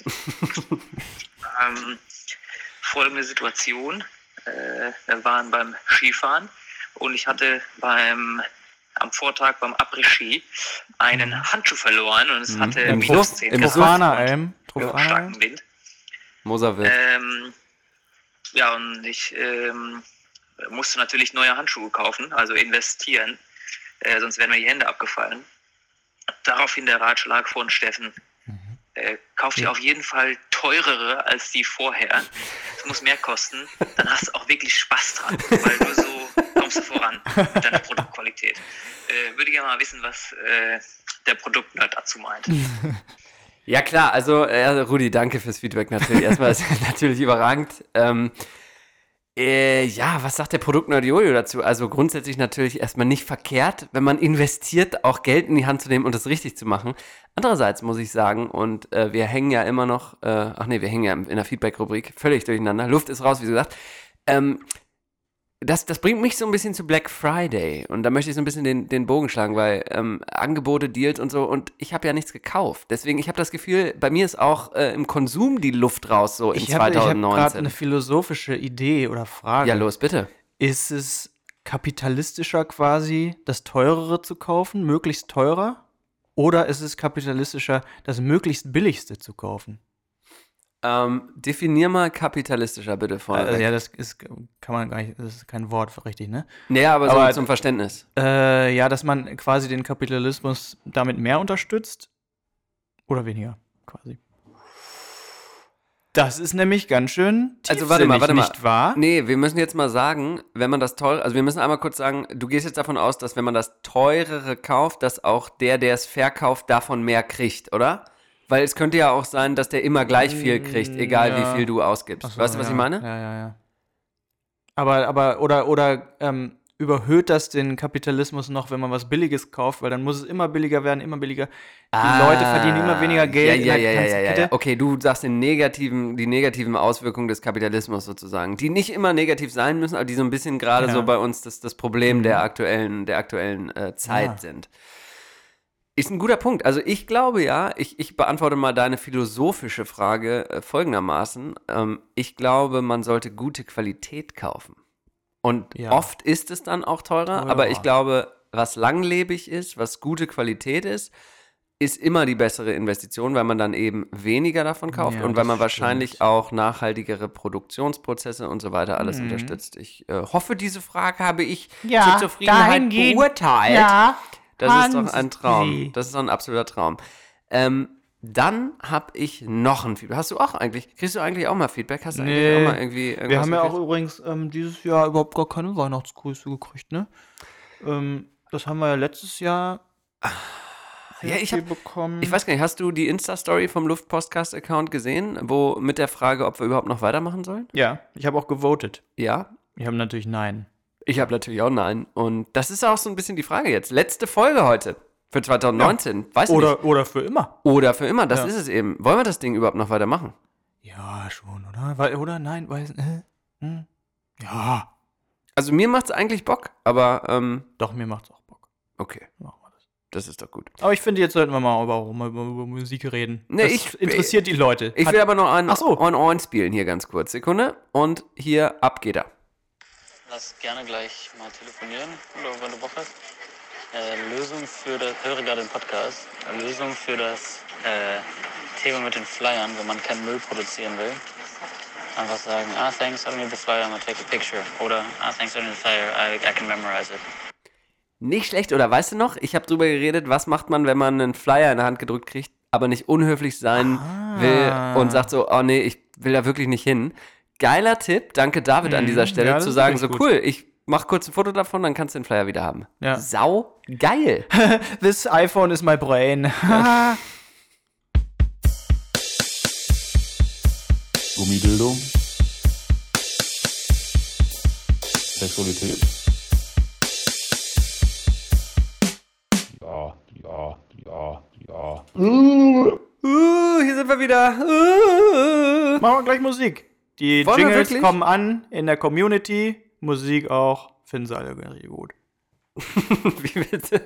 F: ähm, folgende Situation. Äh, wir waren beim Skifahren und ich hatte beim am Vortag beim Après-Ski einen Handschuh verloren und es
C: Mhm.
F: hatte
C: Im
F: minus
C: Suff-
F: zehn
C: im
F: Grad
B: Trophana-Alm.
F: und
B: Trophana-Alm.
F: starken Wind.
C: Moserwirt.
F: Ähm, ja, und ich ähm, musste natürlich neue Handschuhe kaufen, also investieren, äh, sonst wären mir die Hände abgefallen. Daraufhin der Ratschlag von Steffen, äh, kauf dir auf jeden Fall teurere als die vorher. Es muss mehr kosten, dann hast du auch wirklich Spaß dran, weil nur so kommst du voran mit deiner Produktqualität. Äh, würde gerne mal wissen, was äh, der Produktnerd dazu meint.
C: Ja klar, also äh, Rudi, danke fürs Feedback natürlich. Erstmal ist natürlich überragend. Ähm, äh, ja, was sagt der Produktnerd Jojo dazu? Also grundsätzlich natürlich erstmal nicht verkehrt, wenn man investiert, auch Geld in die Hand zu nehmen und das richtig zu machen. Andererseits muss ich sagen, und äh, wir hängen ja immer noch, äh, ach nee, wir hängen ja in der Feedback-Rubrik völlig durcheinander. Luft ist raus, wie gesagt. Ähm, Das, das bringt mich so ein bisschen zu Black Friday und da möchte ich so ein bisschen den, den Bogen schlagen, weil ähm, Angebote, Deals und so und ich habe ja nichts gekauft. Deswegen, ich habe das Gefühl, bei mir ist auch äh, im Konsum die Luft raus, so in
B: Ich habe hab
C: zwanzig neunzehn.
B: gerade eine philosophische Idee oder Frage.
C: Ja, los, bitte.
B: Ist es kapitalistischer quasi, das Teurere zu kaufen, möglichst teurer? Oder ist es kapitalistischer, das möglichst Billigste zu kaufen?
C: Ähm, definier mal kapitalistischer, bitte, vorne.
B: Also, ja, das ist, kann man gar nicht, das ist kein Wort für richtig, ne?
C: Naja, aber,
B: aber-
C: so zum Verständnis.
B: Äh, ja, dass man quasi den Kapitalismus damit mehr unterstützt oder weniger, quasi. Das ist nämlich ganz schön
C: Also warte mal, warte mal.
B: nicht wahr?
C: Nee, wir müssen jetzt mal sagen, wenn man das teure, also wir müssen einmal kurz sagen, du gehst jetzt davon aus, dass wenn man das teurere kauft, dass auch der, der es verkauft, davon mehr kriegt, oder? Weil es könnte ja auch sein, dass der immer gleich viel kriegt, egal
B: Ja.
C: wie viel du ausgibst.
B: Ach so,
C: weißt du, was
B: ja.
C: ich meine?
B: Ja, ja, ja. Aber, aber, oder, oder ähm, überhöht das den Kapitalismus noch, wenn man was Billiges kauft, weil dann muss es immer billiger werden, immer billiger. Die Leute verdienen immer weniger Geld.
C: Ja,
B: in
C: ja,
B: der
C: ja,
B: ganzen
C: ja, ja,
B: Kette.
C: ja. Okay, du sagst den negativen, die negativen Auswirkungen des Kapitalismus sozusagen, die nicht immer negativ sein müssen, aber die so ein bisschen gerade
B: Ja.
C: so bei uns das, das Problem
B: Mhm.
C: der aktuellen, der aktuellen äh, Zeit
B: Ja.
C: sind. Ist ein guter Punkt. Also ich glaube ja, ich, ich beantworte mal deine philosophische Frage äh, folgendermaßen. Ähm, ich glaube, man sollte gute Qualität kaufen. Und
B: Ja.
C: oft ist es dann auch teurer,
B: Teurer.
C: aber ich glaube, was langlebig ist, was gute Qualität ist, ist immer die bessere Investition, weil man dann eben weniger davon kauft
B: Ja,
C: und weil man
B: das
C: wahrscheinlich
B: stimmt.
C: auch nachhaltigere Produktionsprozesse und so weiter alles
B: Mhm.
C: unterstützt. Ich äh, hoffe, diese Frage habe ich
G: Ja,
C: zur Zufriedenheit
G: dahingehend-
C: beurteilt.
G: Ja,
C: Das ist doch ein
G: Hansi.
C: Traum. Das ist doch ein absoluter Traum. Ähm, dann habe ich noch ein Feedback. Hast du auch eigentlich, kriegst du eigentlich auch mal Feedback? Hast du
B: Nee.
C: eigentlich auch mal irgendwie irgendwas
B: Wir haben ja auch
C: gekriegt?
B: übrigens ähm, dieses Jahr überhaupt gar keine Weihnachtsgrüße gekriegt, ne? Ähm, das haben wir ja letztes Jahr sehr
C: Ja, ich
B: viel
C: hab-
B: bekommen.
C: Ich weiß gar nicht, hast du die Insta-Story vom Luftpostcast-Account gesehen, wo mit der Frage, ob wir überhaupt noch weitermachen sollen?
B: Ja, ich habe auch gewotet.
C: Ja.
B: Ich habe natürlich Nein.
C: Ich habe natürlich auch nein. Und das ist auch so ein bisschen die Frage jetzt. Letzte Folge heute für zwanzig neunzehn. Weiß ich
B: Oder,
C: nicht.
B: oder für immer.
C: Oder für immer. Das
B: Ja.
C: ist es eben. Wollen wir das Ding überhaupt noch weitermachen?
B: Ja, schon, oder? Weil, oder? Nein, weiß äh, hm. Ja.
C: Also mir macht's eigentlich Bock, aber ähm,
B: Doch, mir macht's auch Bock.
C: okay,
B: Machen wir das.
C: das ist doch gut.
B: Aber ich finde, jetzt sollten wir mal über, über, über, über Musik reden.
C: Nee,
B: das
C: ich-
B: interessiert die Leute.
C: Ich
B: Hat-
C: will aber noch einen
B: Ach so.
C: On-On spielen hier ganz kurz. Sekunde. Und hier, ab geht er.
G: Lass gerne gleich mal telefonieren, oder wenn du Bock hast. Äh, Lösung für das, höre gerade den Podcast, Lösung für das äh, Thema mit den Flyern, wenn man keinen Müll produzieren will. Einfach sagen, ah, thanks, I don't need the flyer, I'm gonna take a picture. Oder, ah, thanks, I don't need the flyer, I, I can memorize it.
C: Nicht schlecht, oder weißt du noch? Ich habe drüber geredet, was macht man, wenn man einen Flyer in der Hand gedrückt kriegt, aber nicht unhöflich sein
B: Ah.
C: will und sagt so, oh nee, ich will da wirklich nicht hin. Geiler Tipp, danke David an
B: Mhm,
C: dieser Stelle,
B: ja, das
C: zu
B: ist
C: sagen, so
B: wirklich gut.
C: cool, ich mach kurz ein Foto davon, dann kannst du den Flyer wieder haben.
B: Ja.
C: Sau geil.
B: This iPhone is my brain.
A: Gummidildo. Sexualität. Ja, ja, ja, ja.
C: Uh, hier sind wir wieder. Uh.
B: Machen wir gleich Musik. Die
C: Wollen wir
B: Jingles
C: wirklich?
B: kommen an in der Community. Musik auch. Finden sie alle richtig gut.
C: Wie bitte?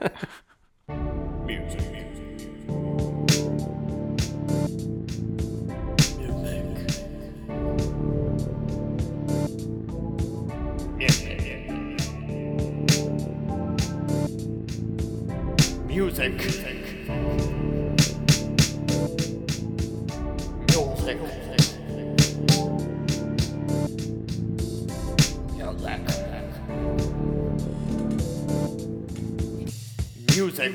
H: Music. Music. Music.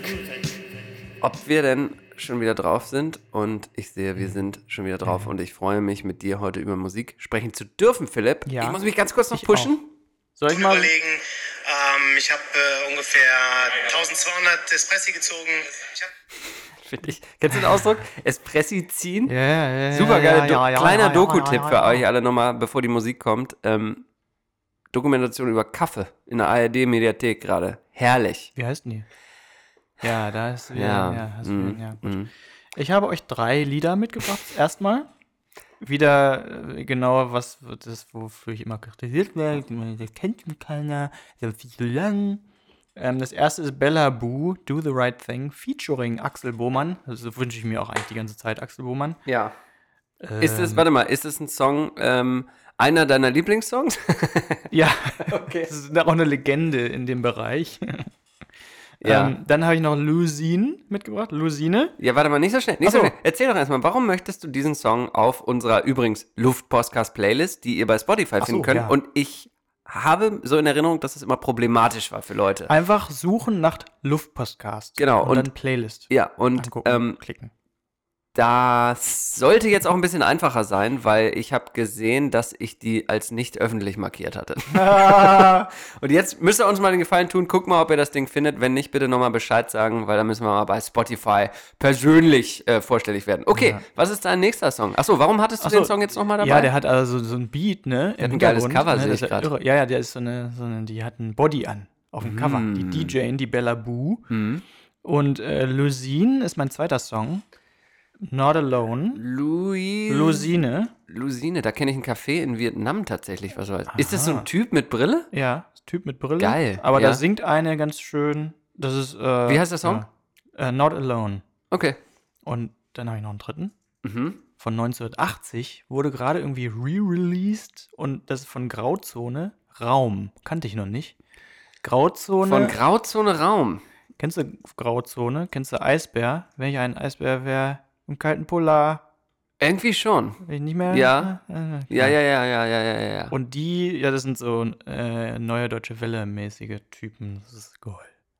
C: Ob wir denn schon wieder drauf sind und ich sehe, wir sind schon wieder drauf und ich freue mich, mit dir heute über Musik sprechen zu dürfen, Philipp.
B: Ja.
C: Ich muss mich ganz kurz noch
B: Ich
C: pushen.
B: Soll ich mal.
I: überlegen. Ähm, ich habe äh, ungefähr eintausendzweihundert Espressi gezogen. Ich hab
C: Finde ich. Kennst du den Ausdruck? Espressi ziehen?
B: Ja, ja, ja.
C: Super geil.
B: ja, ja, ja,
C: Kleiner
B: ja, ja,
C: Doku-Tipp
B: ja,
C: für
B: ja.
C: euch alle nochmal, bevor die Musik kommt. Ähm, Dokumentation über Kaffee in der A R D-Mediathek gerade. Herrlich.
B: Wie heißt denn die? Ja, da ist wieder.
C: Ja.
B: Ja, hast
C: mm,
B: wieder, ja, gut.
C: mm.
B: Ich habe euch drei Lieder mitgebracht. Erstmal wieder äh, genau, was wird das, wofür ich immer kritisiert werde. Das kennt mich keiner. Das ist viel zu lang. Ähm, das erste ist Bella Boo, Do the Right Thing, featuring Axel Bohmann. Das wünsche ich mir auch eigentlich die ganze Zeit, Axel Bohmann.
C: Ja.
B: Ähm,
C: Ist es, warte mal, ist es ein Song, ähm, einer deiner Lieblingssongs?
B: Ja, okay. Das ist auch eine Legende in dem Bereich.
C: Ja.
B: Ähm, dann habe ich noch Lusine mitgebracht. Lusine.
C: Ja, warte mal, nicht so schnell. Nicht
B: Ach
C: so
B: so.
C: schnell. Erzähl doch erstmal, warum möchtest du diesen Song auf unserer übrigens Luft-Podcast-Playlist, die ihr bei Spotify
B: Ach so,
C: finden könnt?
B: ja.
C: Und ich habe so in Erinnerung, dass es immer problematisch war für Leute.
B: Einfach suchen nach Luftpodcast.
C: Genau,
B: Und,
C: und-
B: dann Playlist.
C: Ja, und
B: Angucken,
C: ähm,
B: klicken.
C: das sollte jetzt auch ein bisschen einfacher sein, weil ich habe gesehen, dass ich die als nicht öffentlich markiert hatte. Und jetzt müsst ihr uns mal den Gefallen tun, guckt mal, ob ihr das Ding findet. Wenn nicht, bitte nochmal Bescheid sagen, weil dann müssen wir mal bei Spotify persönlich äh, vorstellig werden. Okay,
B: Ja.
C: was ist dein nächster Song? Achso, warum hattest du
B: Ach so,
C: den Song jetzt nochmal dabei?
B: Ja, der hat also so ein Beat, ne?
C: Der hat ein geiles Cover,
B: ne?
C: sehe
B: Das
C: ich
B: ist ja
C: grad.
B: irre. Ja, ja, der ist so eine, so eine, die hat ein Body an auf dem Cover. Die D J, die Bella Boo.
C: Mhm.
B: Und äh, Lusine ist mein zweiter Song. Not Alone.
C: Louis.
B: Lusine.
C: Lusine, da kenne ich einen Café in Vietnam tatsächlich. Was weiß. Ist das so ein Typ mit Brille?
B: Ja, Typ mit Brille.
C: Geil,
B: Aber
C: ja.
B: da singt eine ganz schön. Das ist. Äh,
C: Wie heißt der Song?
B: Ja, äh, Not Alone.
C: Okay.
B: Und dann habe ich noch einen dritten.
C: Mhm.
B: Von neunzehnhundertachtzig wurde gerade irgendwie re-released und das ist von Grauzone Raum. Kannte ich noch nicht. Grauzone.
C: Von Grauzone Raum.
B: Kennst du Grauzone? Kennst du Eisbär? Wenn ich ein Eisbär wäre im kalten Polar,
C: Irgendwie schon.
B: wenn ich nicht mehr.
C: Ja.
B: Äh,
C: Ja, ja, ja, ja, ja, ja, ja.
B: Und die, ja, das sind so äh, neue Deutsche Welle-mäßige Typen. Das ist geil.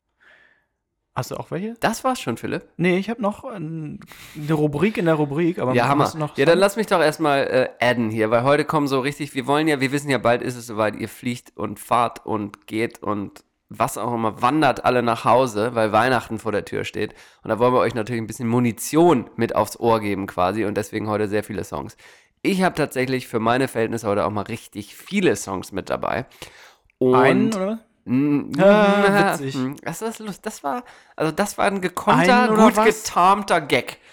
B: Hast du auch welche?
C: Das war's schon, Philipp.
B: Nee, ich habe noch ein, eine Rubrik in der Rubrik, aber
C: Ja, Hammer.
B: hast du noch
C: Ja, dann
B: Songs?
C: lass mich doch erstmal äh, adden hier, weil heute kommen so richtig, wir wollen ja, wir wissen ja, bald ist es soweit, ihr fliegt und fahrt und geht und was auch immer, wandert alle nach Hause, weil Weihnachten vor der Tür steht. Und da wollen wir euch natürlich ein bisschen Munition mit aufs Ohr geben quasi und deswegen heute sehr viele Songs. Ich habe tatsächlich für meine Verhältnisse heute auch mal richtig viele Songs mit dabei. Und
B: Einen, oder?
C: Mm,
B: Ah, witzig.
C: mm, Das, ist lust- das war, also das war ein gekonnter,
B: Einen oder
C: gut
B: was?
C: getarmter Gag.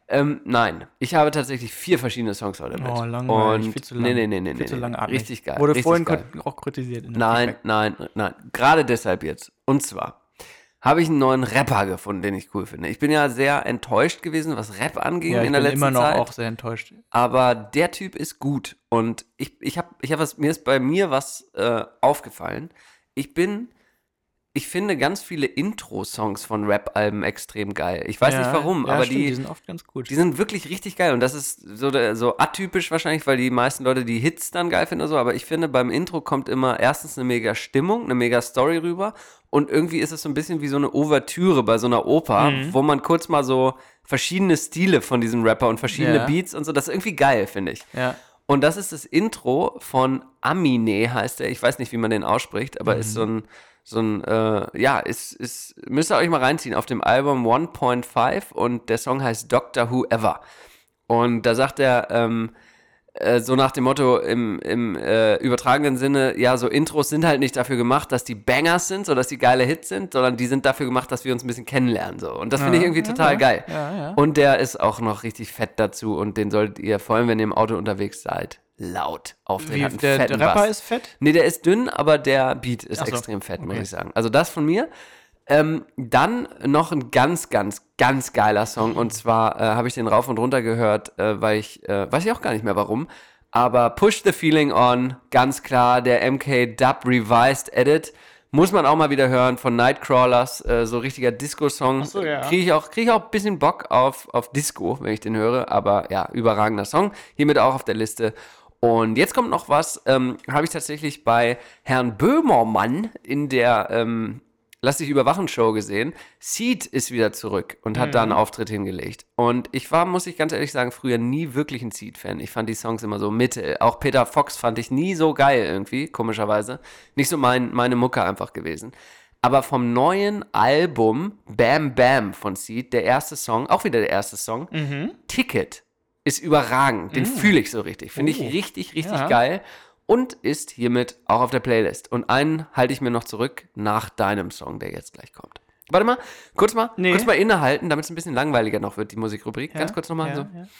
C: Ähm, nein, ich habe tatsächlich vier verschiedene Songs heute mit.
B: Oh, langweilig,
C: Und
B: viel zu
C: nee,
B: lang.
C: nee, nee, nee,
B: Viel
C: nee,
B: zu
C: nee.
B: langatmig.
C: Richtig geil.
B: Wurde
C: richtig
B: vorhin
C: geil.
B: ko- auch kritisiert. In der
C: Nein,
B: Feedback.
C: nein, nein. Gerade deshalb jetzt. Und zwar habe ich einen neuen Rapper gefunden, den ich cool finde. Ich bin ja sehr enttäuscht gewesen, was Rap anging
B: Ja, ich
C: in der
B: bin
C: letzten
B: immer noch
C: Zeit.
B: auch sehr enttäuscht.
C: Aber der Typ ist gut. Und ich, ich habe, ich hab was, mir ist bei mir was äh, aufgefallen. Ich bin, ich finde ganz viele Intro-Songs von Rap-Alben extrem geil. Ich weiß
B: ja,
C: nicht warum,
B: ja,
C: aber
B: stimmt,
C: die,
B: die sind oft ganz gut.
C: die sind wirklich richtig geil. Und das ist so, der- so atypisch wahrscheinlich, weil die meisten Leute die Hits dann geil finden oder so. Aber ich finde, beim Intro kommt immer erstens eine mega Stimmung, eine mega Story rüber. Und irgendwie ist es so ein bisschen wie so eine Ouvertüre bei so einer Oper,
B: Mhm.
C: wo man kurz mal so verschiedene Stile von diesem Rapper und verschiedene
B: Ja.
C: Beats und so. Das ist irgendwie geil, finde ich.
B: ja.
C: Und das ist das Intro von Amine, heißt er. Ich weiß nicht, wie man den ausspricht, aber ist so ein, so ein, äh, ja, ist, ist, müsst ihr euch mal reinziehen auf dem Album one point five und der Song heißt Doctor Who Ever. Und da sagt er, ähm, äh, so nach dem Motto im, im äh, übertragenen Sinne, ja, so Intros sind halt nicht dafür gemacht, dass die Bangers sind, so dass die geile Hits sind, sondern die sind dafür gemacht, dass wir uns ein bisschen kennenlernen, so. Und das finde ich irgendwie total geil.
B: Ja, ja.
C: Und der ist auch noch richtig fett dazu und den solltet ihr, vor allem wenn ihr im Auto unterwegs seid, laut aufdrehen.
B: Wie,
C: Hat einen
B: der, der
C: fetten
B: Rapper
C: Bass.
B: ist fett?
C: Nee, der ist dünn, aber der Beat ist
B: Ach so,
C: extrem fett, muss
B: okay.
C: ich sagen. Also das von mir. Ähm, dann noch ein ganz, ganz, ganz geiler Song. Und zwar äh, habe ich den rauf und runter gehört, äh, weil ich, äh, weiß ich auch gar nicht mehr warum. Aber Push the Feeling On, ganz klar, der M K Dub Revised Edit. Muss man auch mal wieder hören von Nightcrawlers, äh, so richtiger Disco-Song.
B: Ach so, ja.
C: Kriege ich auch, krieg ich auch ein bisschen Bock auf, auf Disco, wenn ich den höre. Aber ja, überragender Song. Hiermit auch auf der Liste. Und jetzt kommt noch was, ähm, habe ich tatsächlich bei Herrn Böhmermann in der ähm, Lass dich überwachen Show gesehen. Seed ist wieder zurück und hat da einen Auftritt hingelegt. Und ich war, muss ich ganz ehrlich sagen, früher nie wirklich ein Seed-Fan. Ich fand die Songs immer so mittel. Auch Peter Fox fand ich nie so geil irgendwie, komischerweise. Nicht so mein, meine Mucke einfach gewesen. Aber vom neuen Album Bam Bam von Seed, der erste Song, auch wieder der erste Song, Ticket, ist überragend. Den fühle ich so richtig. Finde ich
B: Oh.
C: richtig, richtig
B: Ja.
C: geil. Und ist hiermit auch auf der Playlist. Und einen halte ich mir noch zurück nach deinem Song, der jetzt gleich kommt. Warte mal, kurz mal,
B: Nee.
C: kurz mal innehalten, damit es ein bisschen langweiliger noch wird, die Musikrubrik. Ganz kurz nochmal.
B: ja,
C: So.
B: ja.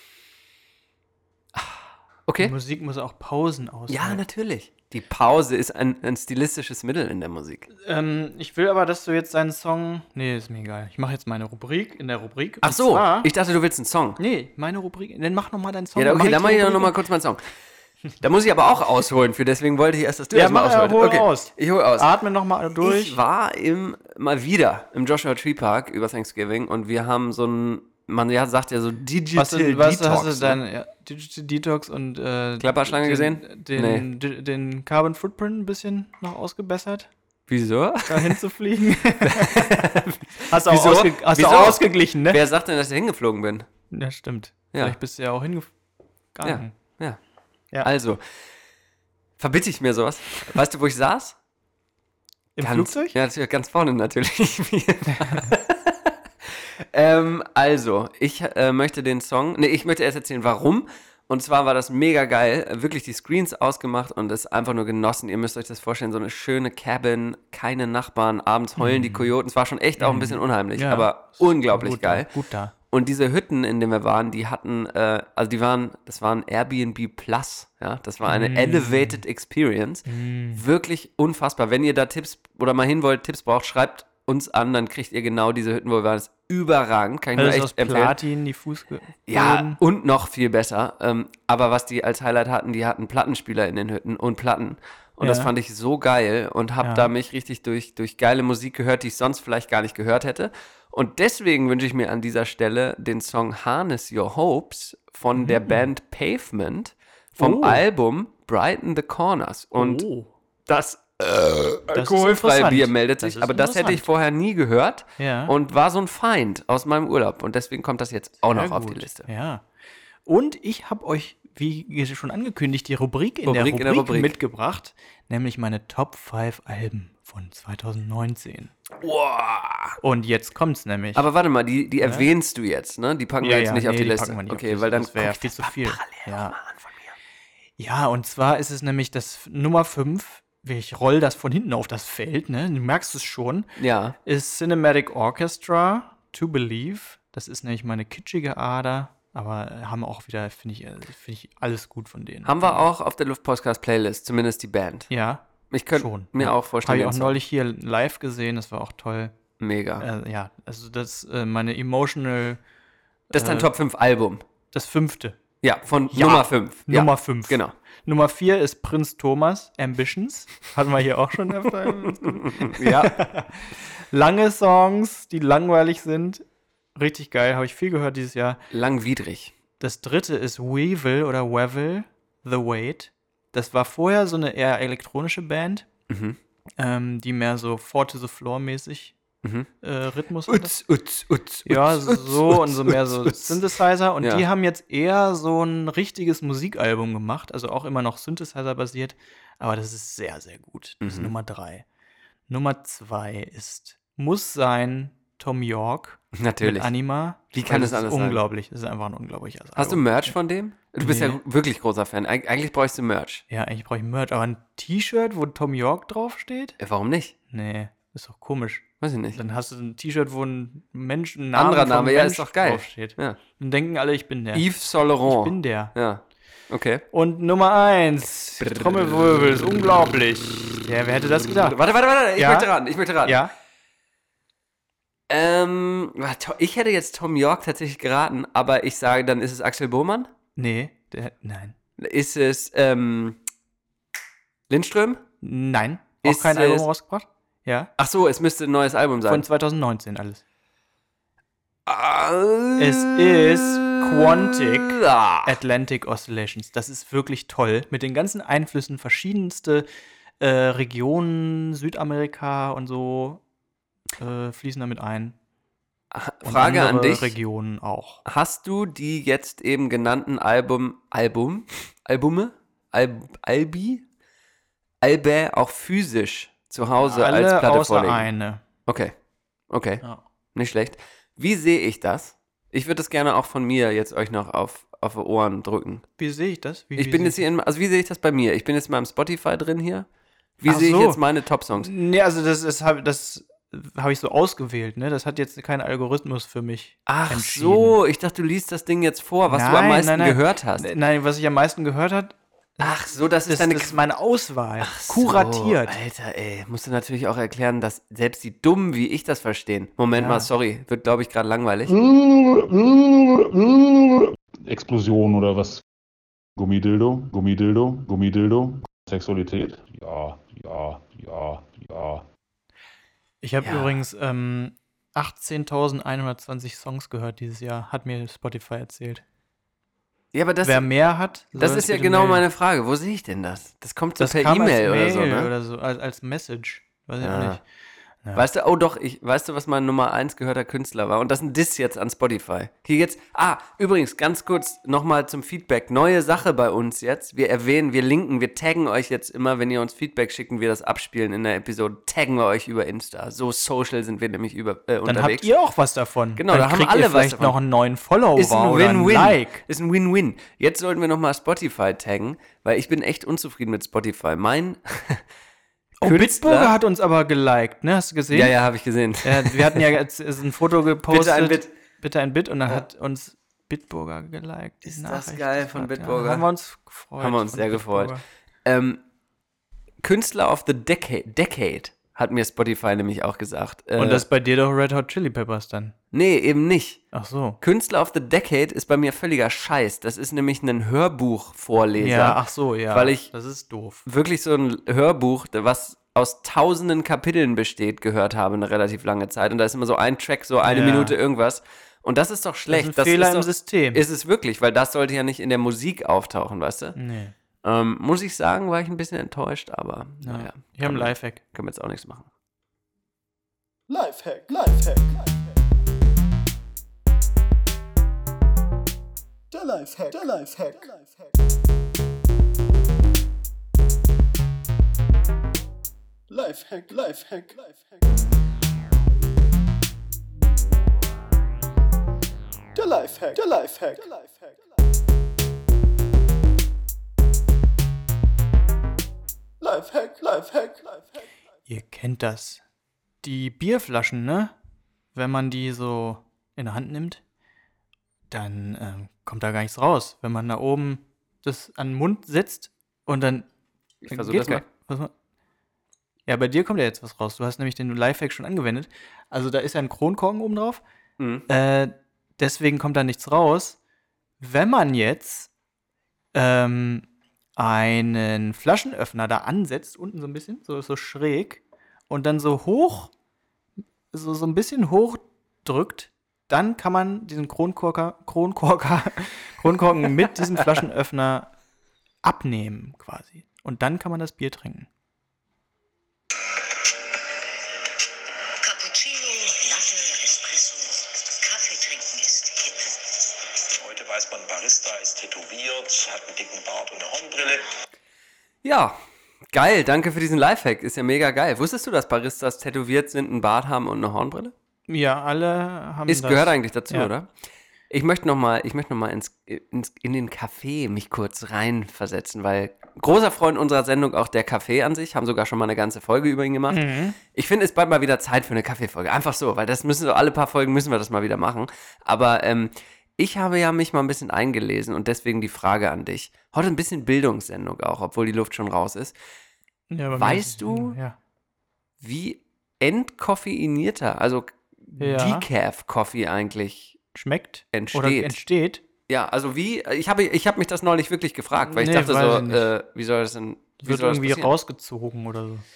C: Okay.
B: Die Musik muss auch Pausen aushalten.
C: Ja, natürlich. Die Pause ist ein, ein stilistisches Mittel in der Musik.
B: Ähm, ich will aber, dass du jetzt deinen Song. Nee, ist mir egal. Ich mache jetzt meine Rubrik in der Rubrik.
C: Ach
B: Und
C: so,
B: zwar,
C: ich dachte, du willst einen Song.
B: nee, meine Rubrik. Dann mach nochmal deinen Song.
C: Ja, okay, dann mache ich doch
B: Rubrik.
C: nochmal kurz meinen Song. Da muss ich aber auch ausholen für, deswegen wollte ich erst, dass du
B: Ja,
C: das mal
B: mach, ja,
C: ausholst.
B: hol
C: Okay,
B: aus.
C: ich hole aus.
B: Atme nochmal durch.
C: Ich war im, mal wieder im Joshua Tree Park über Thanksgiving und wir haben so ein, man ja, sagt ja so Digital
B: was, ist- was
C: Detox.
B: hast du
C: ne?
B: dann? Ja, Digital Detox und äh,
C: Klapperschlange
B: den,
C: gesehen?
B: Den, den, den Carbon Footprint ein bisschen noch ausgebessert,
C: Wieso?
B: da hinzufliegen. hast du auch
C: Wieso?
B: ausge hast
C: Wieso?
B: du auch ausgeglichen, ne?
C: Wer sagt denn, dass ich hingeflogen bin?
B: Ja, stimmt.
C: Ja.
B: Vielleicht bist du ja auch hingegangen.
C: Ja.
B: Ja.
C: Also, verbitte ich mir sowas. Weißt du, wo ich saß?
B: Im
C: Ganz,
B: Flugzeug?
C: Ja, natürlich, ganz vorne natürlich. ähm, also, ich äh, möchte den Song, nee, ich möchte erst erzählen, warum. Und zwar war das mega geil, wirklich die Screens ausgemacht und es einfach nur genossen. Ihr müsst euch das vorstellen, so eine schöne Cabin, keine Nachbarn, abends heulen die Kojoten. Es war schon echt auch ein bisschen unheimlich,
B: Ja,
C: aber unglaublich
B: gut
C: geil.
B: Da, gut da.
C: Und diese Hütten, in denen wir waren, die hatten, äh, also die waren, das war ein Airbnb Plus, ja, das war eine Elevated Experience. Wirklich unfassbar. Wenn ihr da Tipps oder mal hin wollt, Tipps braucht, schreibt uns an, dann kriegt ihr genau diese Hütten, wo wir waren. Das ist überragend, kann ich
B: Also
C: nur
B: ist aus
C: echt empfehlen.
B: Platin, die Fußböden.
C: Ja, und noch viel besser. Ähm, aber was die als Highlight hatten, die hatten Plattenspieler in den Hütten und Platten. Und
B: Ja.
C: das fand ich so geil und habe
B: Ja.
C: da mich richtig durch, durch geile Musik gehört, die ich sonst vielleicht gar nicht gehört hätte. Und deswegen wünsche ich mir an dieser Stelle den Song Harness Your Hopes von der Band Pavement vom
B: Oh.
C: Album Brighten the Corners. Und
B: oh.
C: das äh,
B: Das ist
C: alkoholfreie
B: interessant.
C: Bier meldet sich,
B: Das ist
C: aber das hätte ich
B: interessant.
C: vorher nie gehört
B: Ja.
C: und war so ein Feind aus meinem Urlaub. Und deswegen kommt das jetzt auch noch
B: Sehr
C: auf
B: gut.
C: die Liste.
B: Ja. Und ich habe euch, wie schon angekündigt, die Rubrik in,
C: Rubrik
B: der,
C: in
B: Rubrik
C: der Rubrik.
B: mitgebracht, nämlich meine Top fünf Alben von zwanzig neunzehn.
C: Wow.
B: Und jetzt kommt's nämlich.
C: Aber warte mal, die, die erwähnst du jetzt, ne? Die packen wir jetzt nicht auf
B: nee,
C: die
B: die
C: Liste.
B: packen wir nicht auf
C: Okay,
B: die
C: weil dann
B: Liste. Das wäre
C: guck ich
B: viel
C: das
B: zu
C: mal
B: viel.
C: parallel
B: Ja.
C: noch mal an von mir.
B: Ja, und zwar ist es nämlich das Nummer fünf, ich roll das von hinten auf das Feld, ne? Du merkst es schon.
C: Ja.
B: Ist Cinematic Orchestra, To Believe. Das ist nämlich meine kitschige Ader, aber haben auch wieder, finde ich, find ich alles gut von denen.
C: Haben wir auch auf der Luft-Podcast-Playlist, zumindest die Band.
B: Ja,
C: Ich könnte
B: schon.
C: mir
B: ja.
C: auch vorstellen,
B: Habe ich auch
C: den
B: neulich hier live gesehen, das war auch toll.
C: Song. Mega.
B: Äh, ja, also das, äh, meine Emotional,
C: Das ist dein
B: äh,
C: Top fünf Album.
B: das fünfte.
C: Ja, von
B: Ja,
C: Nummer fünf. Ja,
B: Nummer fünf.
C: Genau.
B: Nummer vier ist Prinz Thomas, Ambitions. Hatten wir hier auch schon öfter.
C: Ja.
B: Lange Songs, die langweilig sind. Richtig geil, habe ich viel gehört dieses Jahr.
C: Langwidrig.
B: Das dritte ist Weevil oder Weevil, The Wait. Das war vorher so eine eher elektronische Band,
C: Mhm.
B: ähm, die mehr so Four to the Floor mäßig
C: Mhm.
B: äh, Rhythmus hatte.
C: Utz, utz, utz,
B: Ja,
C: utz,
B: so
C: utz,
B: und so mehr so
C: utz.
B: Synthesizer. Und
C: Ja.
B: die haben jetzt eher so ein richtiges Musikalbum gemacht. Also auch immer noch Synthesizer-basiert. Aber das ist sehr, sehr gut. Das ist
C: Mhm.
B: Nummer drei. Nummer zwei ist, muss sein, Tom York
C: Natürlich.
B: mit Anima.
C: Wie
B: Weil
C: kann
B: das
C: es anders
B: ist
C: sein?
B: unglaublich. Das ist einfach ein unglaubliches Album.
C: Hast du Merch von dem? Du bist
B: Nee.
C: ja wirklich großer Fan. Eig eigentlich bräuchst du Merch.
B: Ja, eigentlich brauche ich Merch. Aber ein T-Shirt, wo Tom York draufsteht?
C: Äh, Warum nicht?
B: Nee, ist doch komisch.
C: Weiß ich nicht.
B: Dann hast du ein T-Shirt, wo ein Mensch, ein Name
C: Anderer
B: vom
C: Name, ja,
B: Mensch
C: ist doch geil.
B: draufsteht.
C: Ja.
B: Dann denken alle, ich bin der.
C: Yves Saint Laurent.
B: Ich bin der.
C: Ja. Okay.
B: Und Nummer eins, Trommelwirbel, ist unglaublich. Ja, wer hätte das gedacht?
C: Warte, warte, warte. Ich
B: Ja?
C: möchte raten. Ich möchte raten.
B: Ja,
C: Ähm, warte, ich hätte jetzt Tom York tatsächlich geraten, aber ich sage, dann ist es Axel Bohmann.
B: nee, der, nein.
C: Ist es, ähm, Lindström?
B: Nein, auch
C: Ist
B: kein
C: es-
B: Album rausgebracht. Ja,
C: Ach so, es müsste ein neues Album sein.
B: von zwanzig neunzehn alles.
C: Ah,
B: Es ist Quantic
C: ah.
B: Atlantic Oscillations. Das ist wirklich toll. Mit den ganzen Einflüssen verschiedenste äh, Regionen, Südamerika und so äh, fließen damit ein. Und
C: Frage an
B: andere
C: dich.
B: Regionen auch.
C: Hast du die jetzt eben genannten Album, Album, Albume, Al, Albi, Albe auch physisch zu Hause als
B: Alle
C: Platte
B: außer
C: vorlegen?
B: eine.
C: Okay, okay,
B: Ja.
C: nicht schlecht. Wie sehe ich das? Ich würde das gerne auch von mir jetzt euch noch auf, auf die Ohren drücken.
B: Wie sehe ich das? Wie,
C: Ich
B: wie
C: bin
B: sehe
C: jetzt hier in, also wie sehe ich das bei mir? Ich bin jetzt mal im Spotify drin hier. Wie
B: Ach
C: sehe ich
B: so.
C: jetzt meine Top-Songs?
B: Nee, also das ist hab, das habe ich so ausgewählt, ne? Das hat jetzt keinen Algorithmus für mich.
C: Ach
B: entschieden.
C: so, ich dachte, du liest das Ding jetzt vor, was du am
B: Nein,
C: meisten
B: nein, nein.
C: gehört hast.
B: Nein, was ich am meisten gehört habe,
C: Ach so, das ist
B: das,
C: deine
B: das ist meine Auswahl.
C: Ach
B: kuratiert.
C: So, Alter, ey, musst du natürlich auch erklären, dass selbst die Dummen, wie ich das verstehen. Moment
B: Ja.
C: mal, sorry, wird glaube ich gerade langweilig.
A: Explosion oder was? Gummidildo, Gummidildo, Gummidildo. Sexualität? Ja, ja, ja, ja.
B: Ich habe
C: Ja.
B: übrigens ähm, achtzehntausendeinhundertzwanzig Songs gehört dieses Jahr, hat mir Spotify erzählt.
C: Ja, aber das,
B: Wer mehr hat, soll
C: das
B: uns
C: ist ja
B: bitte
C: genau
B: melden.
C: meine Frage. Wo sehe ich denn das? Das kommt so
B: Das
C: per
B: kam als
C: E-Mail oder
B: Mail
C: so, ne?
B: oder so, als, als Message. Weiß ich
C: Ja.
B: auch nicht. Ja.
C: Weißt du, oh doch, ich, weißt du, was mein Nummer eins gehörter Künstler war? Und das ist ein Diss jetzt an Spotify. Hier jetzt, ah, übrigens, ganz kurz nochmal zum Feedback. Neue Sache bei uns jetzt. Wir erwähnen, wir linken, wir taggen euch jetzt immer, wenn ihr uns Feedback schickt und wir das abspielen in der Episode, taggen wir euch über Insta. So social sind wir nämlich über, äh,
B: Dann
C: unterwegs.
B: habt ihr auch was davon.
C: Genau,
B: Dann
C: da haben
B: kriegt
C: alle
B: ihr
C: was
B: vielleicht
C: davon.
B: noch einen neuen Follower
C: Ist ein
B: oder ein
C: Win-Win.
B: Like.
C: Ist ein Win-Win. Jetzt sollten wir nochmal Spotify taggen, weil ich bin echt unzufrieden mit Spotify. Mein
B: Oh,
C: Künstler-
B: Bitburger hat uns aber geliked, ne? Hast du gesehen?
C: Ja, ja, habe ich gesehen.
B: Ja, wir hatten ja jetzt ist ein Foto gepostet.
C: Bitte ein Bit.
B: Bitte ein Bit und dann
C: Ja.
B: hat uns Bitburger geliked. die
C: Ist das
B: Nachricht.
C: geil von
B: war-
C: Bitburger.
B: Ja, haben wir uns gefreut.
C: Haben wir uns
B: von
C: sehr gefreut.
B: Bitburger.
C: Ähm, Künstler of the Decade, Decade hat mir Spotify nämlich auch gesagt. Äh,
B: Und das ist bei dir doch Red Hot Chili Peppers dann.
C: nee, eben nicht.
B: Ach so.
C: Künstler of the Decade ist bei mir völliger Scheiß. Das ist nämlich ein Hörbuchvorleser.
B: Ja, ach so, ja.
C: Weil ich-
B: das ist doof.
C: Wirklich so ein Hörbuch, was aus tausenden Kapiteln besteht, gehört habe eine relativ lange Zeit. Und da ist immer so ein Track, so eine
B: Ja.
C: Minute irgendwas. Und das ist doch schlecht.
B: Das ist ein Fehler
C: ist
B: im
C: doch,
B: System.
C: Ist es wirklich, weil das sollte ja nicht in der Musik auftauchen, weißt du?
B: Nee.
C: Ähm, muss ich sagen, war ich ein bisschen enttäuscht, aber
B: Ja.
C: naja.
B: Ich habe einen
C: können-
B: Lifehack.
C: Können wir jetzt auch nichts machen.
E: Lifehack, Lifehack, Lifehack. Der Lifehack, der Lifehack, der Lifehack. Lifehack, Lifehack, Lifehack. Der Lifehack, der Lifehack, der Lifehack. Lifehack, Lifehack, Lifehack.
B: Ihr kennt das. Die Bierflaschen, ne? Wenn man die so in der Hand nimmt, dann ähm, kommt da gar nichts raus. Wenn man da oben das an den Mund setzt und dann
C: Ich
B: dann
C: versuche
B: geht
C: das mal.
B: gar- was ma- Ja, bei dir kommt ja jetzt was raus. Du hast nämlich den Lifehack schon angewendet. Also da ist ja ein Kronkorken oben drauf.
C: Mhm.
B: Äh, deswegen kommt da nichts raus. Wenn man jetzt ähm, einen Flaschenöffner da ansetzt, unten so ein bisschen, so, so schräg, und dann so hoch, so, so ein bisschen hoch drückt, dann kann man diesen Kronkorker, Kronkorker, Kronkorken mit diesem Flaschenöffner abnehmen quasi. Und dann kann man das Bier trinken.
J: Cappuccino, Latte, Espresso, Kaffee trinken ist hip.
K: Heute weiß man, Barista ist tätowiert, hat einen dicken Bart und eine Hornbrille.
C: Ja, geil. Danke für diesen Lifehack. Ist ja mega geil. Wusstest du, dass Baristas tätowiert sind, einen Bart haben und eine Hornbrille?
B: Ja, alle haben
C: Ist,
B: das.
C: gehört eigentlich dazu,
B: Ja.
C: oder? Ich möchte noch mal, ich möchte noch mal ins, ins, in den Kaffee mich kurz reinversetzen, weil großer Freund unserer Sendung, auch der Kaffee an sich, haben sogar schon mal eine ganze Folge über ihn gemacht.
B: Mhm.
C: Ich finde, es bald mal wieder Zeit für eine Kaffeefolge. Einfach so, weil das müssen wir, alle paar Folgen müssen wir das mal wieder machen. Aber ähm, ich habe ja mich mal ein bisschen eingelesen und deswegen die Frage an dich. Heute ein bisschen Bildungssendung auch, obwohl die Luft schon raus ist.
B: Ja, bei mir
C: Weißt
B: ist es-
C: du,
B: Ja.
C: wie entkoffeinierter, also
B: Ja.
C: Decaf-Coffee eigentlich
B: Schmeckt?
C: entsteht?
B: Oder entsteht?
C: Ja, also wie, ich habe ich hab mich das neulich wirklich gefragt, weil ich
B: Nee,
C: dachte
B: weiß
C: so,
B: ich nicht.
C: äh, wie soll das denn, wie
B: Wird
C: soll das
B: irgendwie
C: passieren?
B: rausgezogen oder so.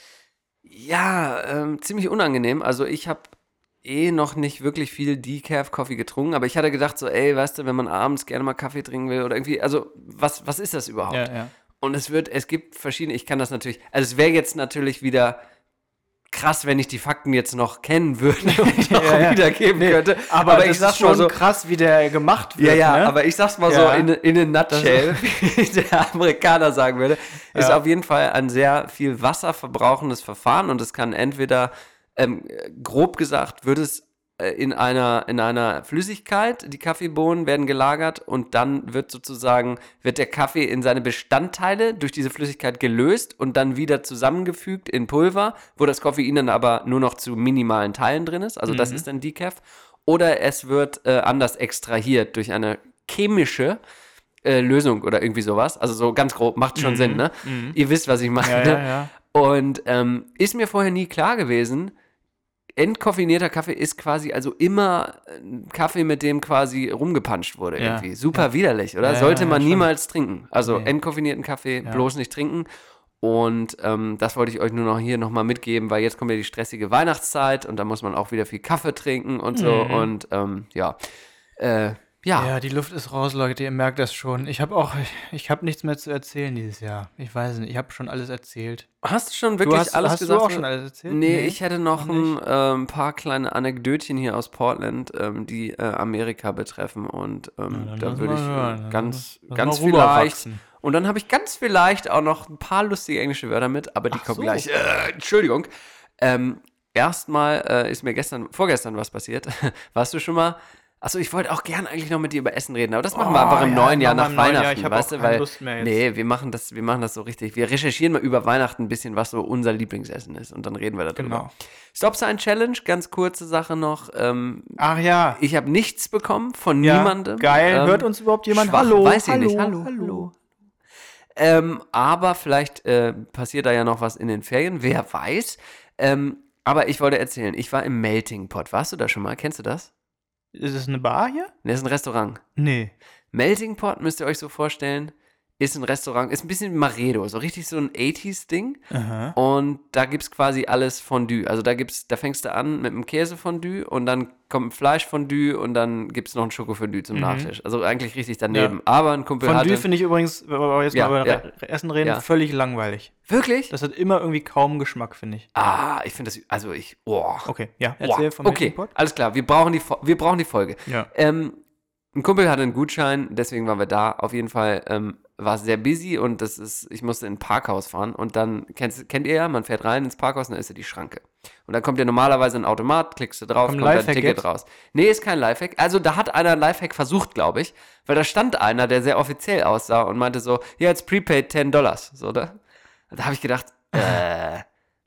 C: Ja, ähm, ziemlich unangenehm. Also ich habe eh noch nicht wirklich viel Decaf-Coffee getrunken, aber ich hatte gedacht so, ey, weißt du, wenn man abends gerne mal Kaffee trinken will oder irgendwie, also was, was ist das überhaupt?
B: Ja, ja.
C: Und es wird, es gibt verschiedene, ich kann das natürlich, also es wäre jetzt natürlich wieder krass, wenn ich die Fakten jetzt noch kennen würde und noch
B: Ja, ja.
C: wiedergeben
B: Nee,
C: könnte.
B: Aber, das
C: ich sag's
B: ist schon
C: mal so,
B: krass, wie der gemacht wird.
C: ja, ja,
B: ne?
C: aber ich sag's mal
B: Ja.
C: so in, in a nutshell, wie der Amerikaner sagen würde, ist
B: Ja.
C: auf jeden Fall ein sehr viel Wasser verbrauchendes Verfahren und es kann entweder, ähm, grob gesagt, wird es äh, in einer, in einer Flüssigkeit, die Kaffeebohnen werden gelagert und dann wird sozusagen, wird der Kaffee in seine Bestandteile durch diese Flüssigkeit gelöst und dann wieder zusammengefügt in Pulver, wo das Koffein dann aber nur noch zu minimalen Teilen drin ist, also das
B: Mhm.
C: ist dann Decaf. Oder es wird äh, anders extrahiert durch eine chemische äh, Lösung oder irgendwie sowas. Also so ganz grob, macht schon
B: Mhm.
C: Sinn, ne?
B: Mhm.
C: Ihr wisst, was ich meine.
B: Ja, ja, ja.
C: Und ähm, ist mir vorher nie klar gewesen, entkoffinierter Kaffee ist quasi also immer ein Kaffee, mit dem quasi rumgepanscht wurde
B: Ja,
C: irgendwie. Super
B: ja.
C: widerlich, oder?
B: Ja, ja,
C: Sollte
B: ja,
C: man
B: schon.
C: niemals trinken. Also
B: Nee.
C: entkoffinierten Kaffee
B: Ja.
C: bloß nicht trinken. Und ähm, das wollte ich euch nur noch hier nochmal mitgeben, weil jetzt kommt ja die stressige Weihnachtszeit und da muss man auch wieder viel Kaffee trinken und so.
B: Mhm.
C: Und ähm, ja, äh, ja.
B: Ja, die Luft ist raus, Leute, ihr merkt das schon. Ich habe auch, ich, ich habe nichts mehr zu erzählen dieses Jahr. Ich weiß nicht, ich habe schon alles erzählt.
C: Hast du schon wirklich
B: du hast,
C: alles
B: hast
C: gesagt?
B: du auch schon alles erzählt?
C: Nee, ich hätte noch,
B: noch
C: ein
B: nicht.
C: ähm, paar kleine Anekdötchen hier aus Portland, ähm, die äh, Amerika betreffen. Und ähm,
B: Na, dann
C: da
B: lass
C: würde
B: mal
C: ich äh,
B: hören. Dann
C: ganz,
B: lass
C: ganz
B: mal
C: vielleicht.
B: rüberwachsen.
C: Und dann habe ich ganz vielleicht auch noch ein paar lustige englische Wörter mit, aber die
B: Ach
C: kommen
B: so.
C: gleich. Äh, Entschuldigung. Ähm, erstmal äh, ist mir gestern, vorgestern was passiert. Warst du schon mal? Achso, ich wollte auch gern eigentlich noch mit dir über Essen reden, aber das machen wir
B: Oh,
C: einfach im
B: ja,
C: neuen Jahr
B: machen
C: nach
B: wir im neuen Jahr.
C: Weihnachten,
B: Ich hab
C: weißt
B: auch
C: du?
B: keine
C: Weil,
B: Lust mehr jetzt.
C: nee, wir machen, das, wir machen das so richtig. Wir recherchieren mal über Weihnachten ein bisschen, was so unser Lieblingsessen ist und dann reden wir darüber.
B: Genau.
C: Stop Sign Challenge, ganz kurze Sache noch. Ähm,
B: Ach ja.
C: ich habe nichts bekommen von
B: Ja,
C: niemandem.
B: geil.
C: Ähm,
B: Hört uns überhaupt jemand?
C: schwach,
B: Hallo,
C: weiß ich
B: hallo,
C: nicht. Hallo,
B: hallo.
C: hallo. Ähm, aber vielleicht äh, passiert da ja noch was in den Ferien, wer weiß. Ähm, aber ich wollte erzählen, ich war im Melting Pot. Warst du da schon mal? Kennst du das?
B: Ist es eine Bar hier?
C: Das ist ein Restaurant.
B: Nee.
C: Melting Pot, müsst ihr euch so vorstellen, ist ein Restaurant, ist ein bisschen wie Maredo, so richtig so ein achtziger-Ding.
B: Aha.
C: Und da gibt es quasi alles Fondue. Also da gibt's, da fängst du an mit einem Käsefondue und dann kommt ein Fleischfondue und dann gibt es noch ein Schokofondue zum
B: Mhm.
C: Nachtisch. Also eigentlich richtig daneben.
B: Ja.
C: Aber ein Kumpel
B: Fondue
C: hatte...
B: finde ich übrigens, wenn wir jetzt
C: Ja,
B: mal über
C: ja.
B: Re- Essen reden,
C: Ja.
B: völlig langweilig.
C: Wirklich?
B: Das hat immer irgendwie kaum Geschmack, finde ich.
C: Ah, ich finde das... Also ich... Oh.
B: Okay, ja,
C: Boah.
B: erzähl vom
C: Okay,
B: Melting Pot.
C: alles klar. Wir brauchen die, Fo- wir brauchen die Folge.
B: Ja.
C: Ähm, ein Kumpel hatte einen Gutschein, deswegen waren wir da. Auf jeden Fall ähm, war es sehr busy und das ist, ich musste in ein Parkhaus fahren und dann, kennst, kennt ihr ja, man fährt rein ins Parkhaus und dann ist ja die Schranke. Und dann kommt ja normalerweise ein Automat, klickst du drauf,
B: Kommt
C: kommt ein
B: Lifehack
C: Ticket
B: jetzt?
C: raus. Nee, ist kein Lifehack. Also da hat einer einen Lifehack versucht, glaube ich, weil da stand einer, der sehr offiziell aussah und meinte so, ja, jetzt prepaid ten Dollars. So, da, da habe ich gedacht, äh,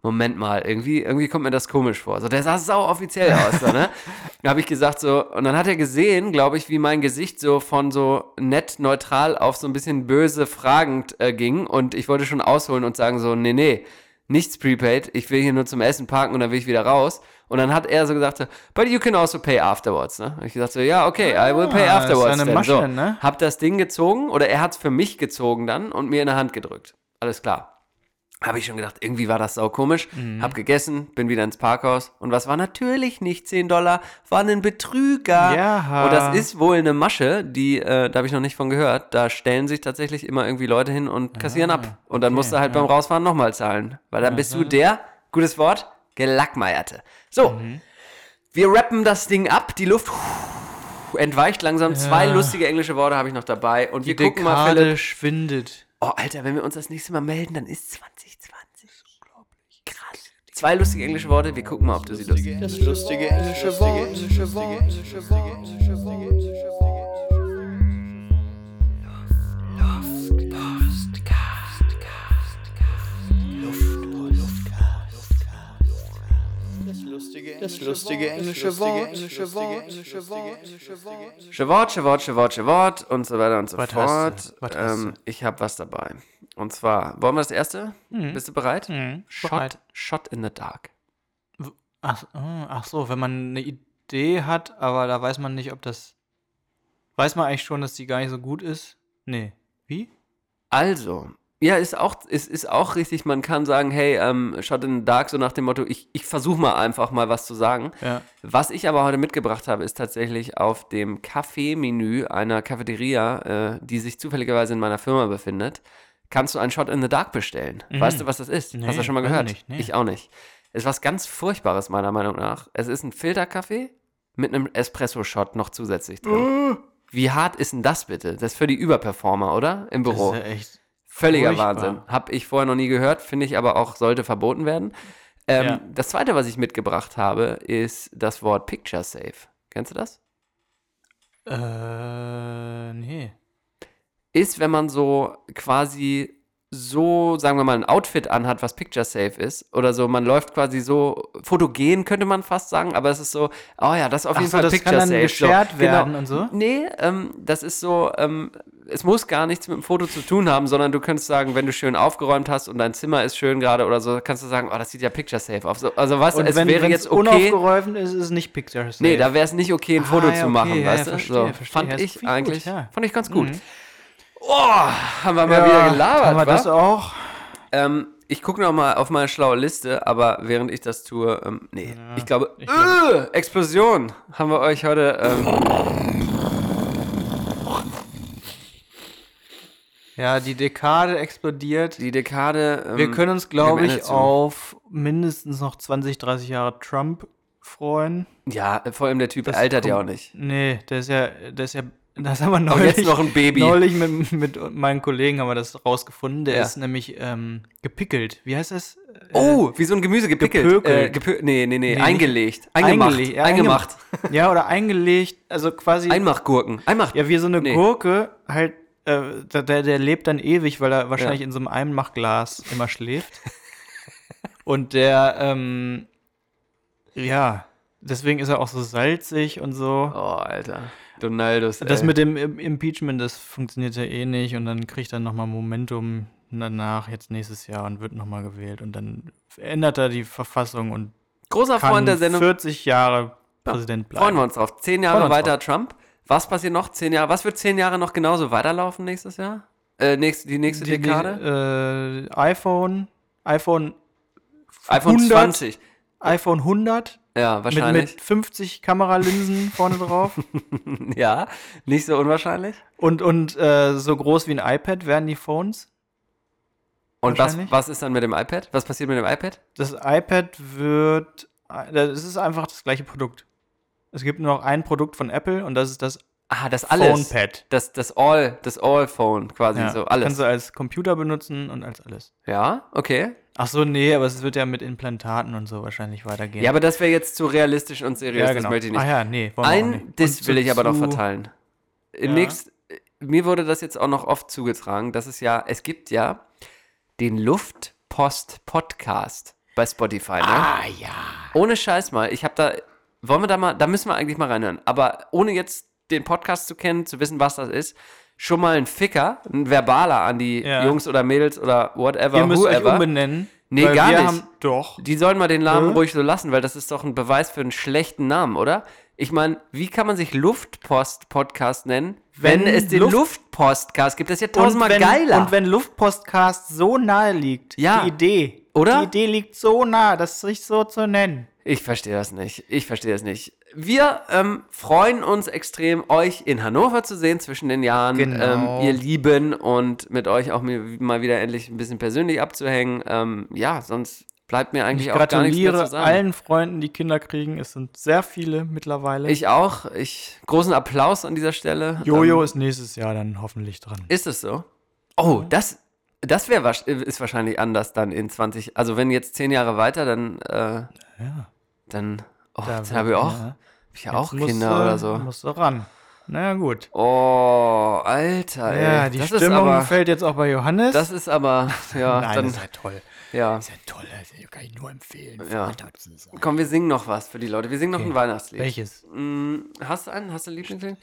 C: Moment mal, irgendwie, irgendwie kommt mir das komisch vor. So, der sah sau offiziell aus, so, ne? Da habe ich gesagt so, und dann hat er gesehen, glaube ich, wie mein Gesicht so von so nett neutral auf so ein bisschen böse fragend äh, ging und ich wollte schon ausholen und sagen so, nee, nee, nichts prepaid, ich will hier nur zum Essen parken und dann will ich wieder raus. Und dann hat er so gesagt, so, but you can also pay afterwards, ne? Und ich gesagt so, ja, okay, I will pay
B: Ah,
C: afterwards.
B: ist eine
C: then.
B: Masche,
C: so,
B: ne?
C: Hab das Ding gezogen oder er hat's für mich gezogen dann und mir in der Hand gedrückt. Alles klar. Habe ich schon gedacht, irgendwie war das sau komisch.
B: Mhm.
C: Hab gegessen, bin wieder ins Parkhaus. Und was war natürlich nicht zehn Dollar, war ein Betrüger.
B: Ja.
C: Und das ist wohl eine Masche, die, äh, da habe ich noch nicht von gehört. Da stellen sich tatsächlich immer irgendwie Leute hin und kassieren
B: Ah,
C: ab. Und dann
B: okay,
C: musst du halt
B: ja.
C: beim Rausfahren nochmal zahlen. Weil dann bist du der, gutes Wort, Gelackmeierte. So,
B: Mhm.
C: wir rappen das Ding ab. Die Luft entweicht langsam.
B: Ja.
C: Zwei lustige englische Worte habe ich noch dabei. Und wir
B: Die
C: gucken mal,
B: Dekade
C: Philipp.
B: schwindet.
C: Oh, Alter, wenn wir uns das nächste Mal melden, dann ist zwanzig zwanzig. Unglaublich. Krass. Zwei lustige englische Worte, wir gucken mal, ob du sie lustig
E: Das lustige englische Wort. Englische Wort. Englische Wort. Englische Wort. Das lustige englische Wort. Englische Wort. Englische Wort. Englische Wort.
C: Schewort, Schewort, Schewort, Schewort und so weiter und so
B: Was hast
C: fort.
B: du? Was hast
C: Ähm, ich habe was dabei. Und zwar, wollen wir das erste?
B: Mhm.
C: Bist du bereit?
B: Mhm.
C: Shot,
B: Bereit.
C: Shot in the Dark.
B: Ach, ah, ach so, wenn man eine Idee hat, aber da weiß man nicht, ob das. Weiß man eigentlich schon, dass die gar nicht so gut ist? Nee. Wie?
C: Also, ja, ist auch, ist, ist auch richtig. Man kann sagen, hey, ähm, Shot in the Dark, so nach dem Motto, ich, ich versuche mal einfach mal was zu sagen.
B: Ja.
C: Was ich aber heute mitgebracht habe, ist tatsächlich auf dem Kaffeemenü einer Cafeteria, äh, die sich zufälligerweise in meiner Firma befindet, kannst du einen Shot in the Dark bestellen.
B: Mhm.
C: Weißt du, was das ist?
B: Nee,
C: Hast du schon mal
B: weiß
C: gehört?
B: nicht, nee.
C: Ich auch nicht. Es ist was ganz Furchtbares, meiner Meinung nach. Es ist ein Filterkaffee mit einem Espresso-Shot noch zusätzlich drin. Wie hart ist denn das bitte? Das ist für die Überperformer, oder? Im Büro.
B: Das ist ja echt.
C: Völliger
B: furchtbar.
C: Wahnsinn. Hab ich vorher noch nie gehört, finde ich aber auch, sollte verboten werden. Ähm,
B: Ja.
C: Das zweite, was ich mitgebracht habe, ist das Wort Picture Safe. Kennst du das?
B: Äh, nee.
C: Ist, wenn man so quasi so, sagen wir mal, ein Outfit anhat, was Picture Safe ist, oder so, man läuft quasi so fotogen, könnte man fast sagen, aber es ist so, oh ja, das ist auf
B: Ach
C: jeden
B: so,
C: Fall
B: das
C: Picture
B: kann dann
C: Safe.
B: geshared
C: so,
B: werden und so?
C: Nee, ähm, das ist so, ähm, es muss gar nichts mit dem Foto zu tun haben, sondern du könntest sagen, wenn du schön aufgeräumt hast und dein Zimmer ist schön gerade oder so, kannst du sagen, oh, das sieht ja Picture Safe aus. So, also weißt du,
B: Und
C: es
B: wenn
C: wäre
B: es
C: jetzt okay.
B: unaufgeräumt ist, ist es nicht Picture Safe.
C: Nee, da wäre es nicht okay, ein Foto
B: Ah, ja,
C: zu
B: okay,
C: machen,
B: ja,
C: weißt
B: ja,
C: du?
B: verstehe,
C: So,
B: verstehe.
C: fand
B: Ja, ist
C: ich
B: viel gut,
C: eigentlich,
B: ja.
C: fand ich ganz gut.
B: Mhm.
C: Oh, haben wir mal
B: Ja,
C: wieder gelabert,
B: haben wir
C: wa?
B: das auch?
C: Ähm, ich gucke noch mal auf meine schlaue Liste, aber während ich das tue, ähm, nee,
B: Ja,
C: ich glaube,
B: ich glaub-
C: äh, Explosion haben wir euch heute, ähm,
B: Ja, die Dekade explodiert.
C: die Dekade, ähm,
B: Wir können uns, glaube
C: dem Ende
B: ich,
C: zu.
B: auf mindestens noch zwanzig, dreißig Jahre Trump freuen.
C: Ja, vor allem der Typ
B: Das
C: altert ja auch
B: kommt-
C: nicht.
B: Nee, der ist ja, der ist ja, das haben wir
C: Auch
B: neulich,
C: jetzt noch ein Baby.
B: neulich mit, mit meinen Kollegen haben wir das rausgefunden. Der
C: Ja.
B: ist nämlich ähm, gepickelt. Wie heißt das? Äh,
C: Oh, wie so ein Gemüse gepickelt.
B: Gepökelt.
C: Äh, gepö nee, nee, nee,
B: Nee,
C: eingelegt. Eingemacht.
B: Eingelegt, ja,
C: Eingemacht.
B: Ja, oder eingelegt, also quasi.
C: Einmachgurken. Einmach.
B: Ja, wie so eine
C: Nee.
B: Gurke, halt, äh, der, der lebt dann ewig, weil er wahrscheinlich in so einem Einmachglas immer schläft. Und der, ähm, ja, deswegen ist er auch so salzig und so.
C: Oh, Alter. Donaldus,
B: Das
C: ey.
B: mit dem Im- Impeachment, das funktioniert ja eh nicht und dann kriegt er nochmal Momentum danach, jetzt nächstes Jahr und wird nochmal gewählt und dann ändert er die Verfassung und
C: Großer
B: kann
C: Freund der Sendung.
B: vierzig Jahre Präsident bleiben.
C: Freuen wir uns drauf. Zehn
B: Freuen
C: Jahre
B: wir uns
C: weiter Trump. Was passiert noch? Zehn Jahre. Was wird zehn Jahre noch genauso weiterlaufen nächstes Jahr? Äh, nächst, die nächste
B: Die- die,
C: Dekade?
B: äh, iPhone, iPhone
C: iPhone
B: hundert,
C: zwanzig.
B: iPhone hundert
C: Ja,
B: mit,
C: wahrscheinlich.
B: mit fünfzig Kameralinsen vorne drauf
C: Ja, nicht so unwahrscheinlich.
B: und, und äh, so groß wie ein iPad werden die Phones.
C: Und was,
B: Wahrscheinlich.
C: was ist dann mit dem iPad? Was passiert mit dem iPad?
B: Das iPad wird, es ist einfach das gleiche Produkt. Es gibt nur noch ein Produkt von Apple und das ist das
C: Ah, das alles.
B: PhonePad.
C: Das, das All, das All-Phone quasi,
B: Ja,
C: so alles.
B: kannst du als Computer benutzen und als alles.
C: Ja, okay.
B: Ach so, nee, aber es wird ja mit Implantaten und so wahrscheinlich weitergehen.
C: Ja, aber das wäre jetzt zu realistisch und seriös,
B: Ja, genau.
C: das möchte ich nicht.
B: Ah ja, nee, wollen wir auch
C: Ein
B: nicht.
C: Diss
B: Und
C: will ich aber noch
B: zu-
C: verteilen. Im
B: Ja.
C: nächst, mir wurde das jetzt auch noch oft zugetragen, dass es ja, es gibt ja den Luftpost-Podcast. bei Spotify, ne?
B: Ah, ja.
C: Ohne Scheiß mal. Ich habe da, wollen wir da mal, da müssen wir eigentlich mal reinhören. Aber ohne jetzt den Podcast zu kennen, zu wissen, was das ist, schon mal ein Ficker, ein Verbaler an die
B: Ja.
C: Jungs oder Mädels oder whatever,
B: Ihr müsst
C: whoever.
B: euch umbenennen.
C: Nee,
B: weil
C: gar
B: wir
C: nicht.
B: Haben, doch.
C: Die sollen mal den Namen
B: Hm?
C: ruhig so lassen, weil das ist doch ein Beweis für einen schlechten Namen, oder? Ich meine, wie kann man sich Luftpost-Podcast nennen, wenn,
B: Wenn
C: es den
B: Luft-
C: Luftpostcast gibt? Das ist ja
B: Und
C: tausendmal
B: wenn,
C: geiler.
B: Und wenn Luftpostcast so nahe liegt,
C: Ja.
B: die Idee,
C: Oder?
B: Die Idee liegt so nah, das sich so zu nennen.
C: Ich verstehe das nicht. Ich verstehe das nicht. Wir ähm, freuen uns extrem, euch in Hannover zu sehen zwischen den Jahren.
B: Genau.
C: Ähm, ihr Lieben, und mit euch auch mir- mal wieder endlich ein bisschen persönlich abzuhängen. Ähm, ja, sonst bleibt mir eigentlich
B: Ich
C: auch gar nichts mehr
B: gratuliere
C: zu sagen.
B: allen Freunden, die Kinder kriegen. Es sind sehr viele mittlerweile.
C: Ich auch. Ich, großen Applaus an dieser Stelle.
B: Jojo
C: Ähm,
B: ist nächstes Jahr dann hoffentlich dran.
C: Ist es so? Oh, das, das wäre ist wahrscheinlich anders dann in zwanzig. Also wenn jetzt zehn Jahre weiter, dann, äh,
B: Ja.
C: dann, oh,
B: Da
C: jetzt
B: wird-
C: habe ich auch,
B: ja.
C: hab ich ja
B: Jetzt
C: auch
B: musst
C: Kinder
B: du-
C: oder so.
B: Musst du ran. Na ja, gut.
C: Oh, Alter, ey.
B: Ja, die
C: das
B: Stimmung
C: ist aber,
B: fällt jetzt auch bei Johannes.
C: das ist aber, ja,
B: Nein,
C: dann,
B: das ist ja toll.
C: ja.
B: Das ist ja toll, das kann ich nur empfehlen.
C: Ja.
B: Vater zu sein.
C: Komm, wir singen noch was für die Leute. Wir singen noch
B: Okay.
C: ein Weihnachtslied.
B: Welches?
C: Mm, hast du einen? Hast du ein Lieblingslied?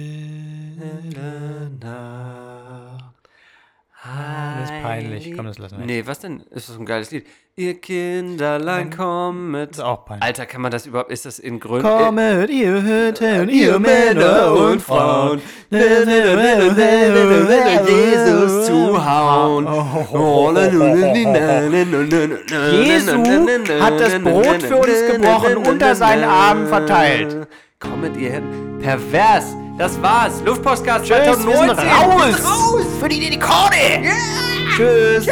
B: Das ist peinlich. Komm, das lassen wir.
C: Nee, was denn? Ist das ein geiles Lied? Ihr Kinderlein kommet.
B: Das ist auch peinlich.
C: Alter, kann man das überhaupt, ist das in Gründen?
B: Kommet, ihr Hütten, ihr Männer und Frauen.
C: Jesus zu hauen.
B: Jesu hat das Brot für uns gebrochen und unter seinen Armen verteilt.
C: Kommet ihr hin? Pervers. Das war's. Luftpostcast
B: Tschüss, wir sind
C: zweitausendneunzehn.
B: raus.
C: raus.
B: Für die Delikone. Tschüss.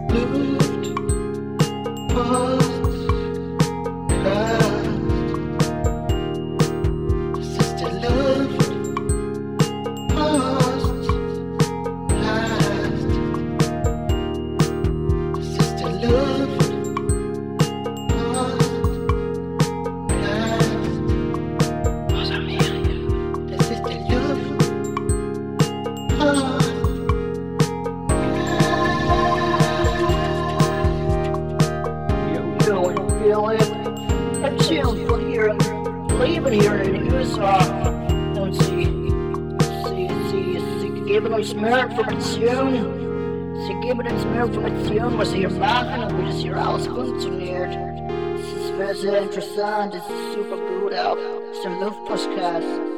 D: I'm chilling for here, leaving here in Utah. Und sie, sie, sie, sie geben uns mehr Informationen. Sie geben uns mehr Informationen, was sie hier machen und wie das hier alles funktioniert. Es ist sehr, sehr interessant, es ist super gut auch. Es ist ein Luftpostcast.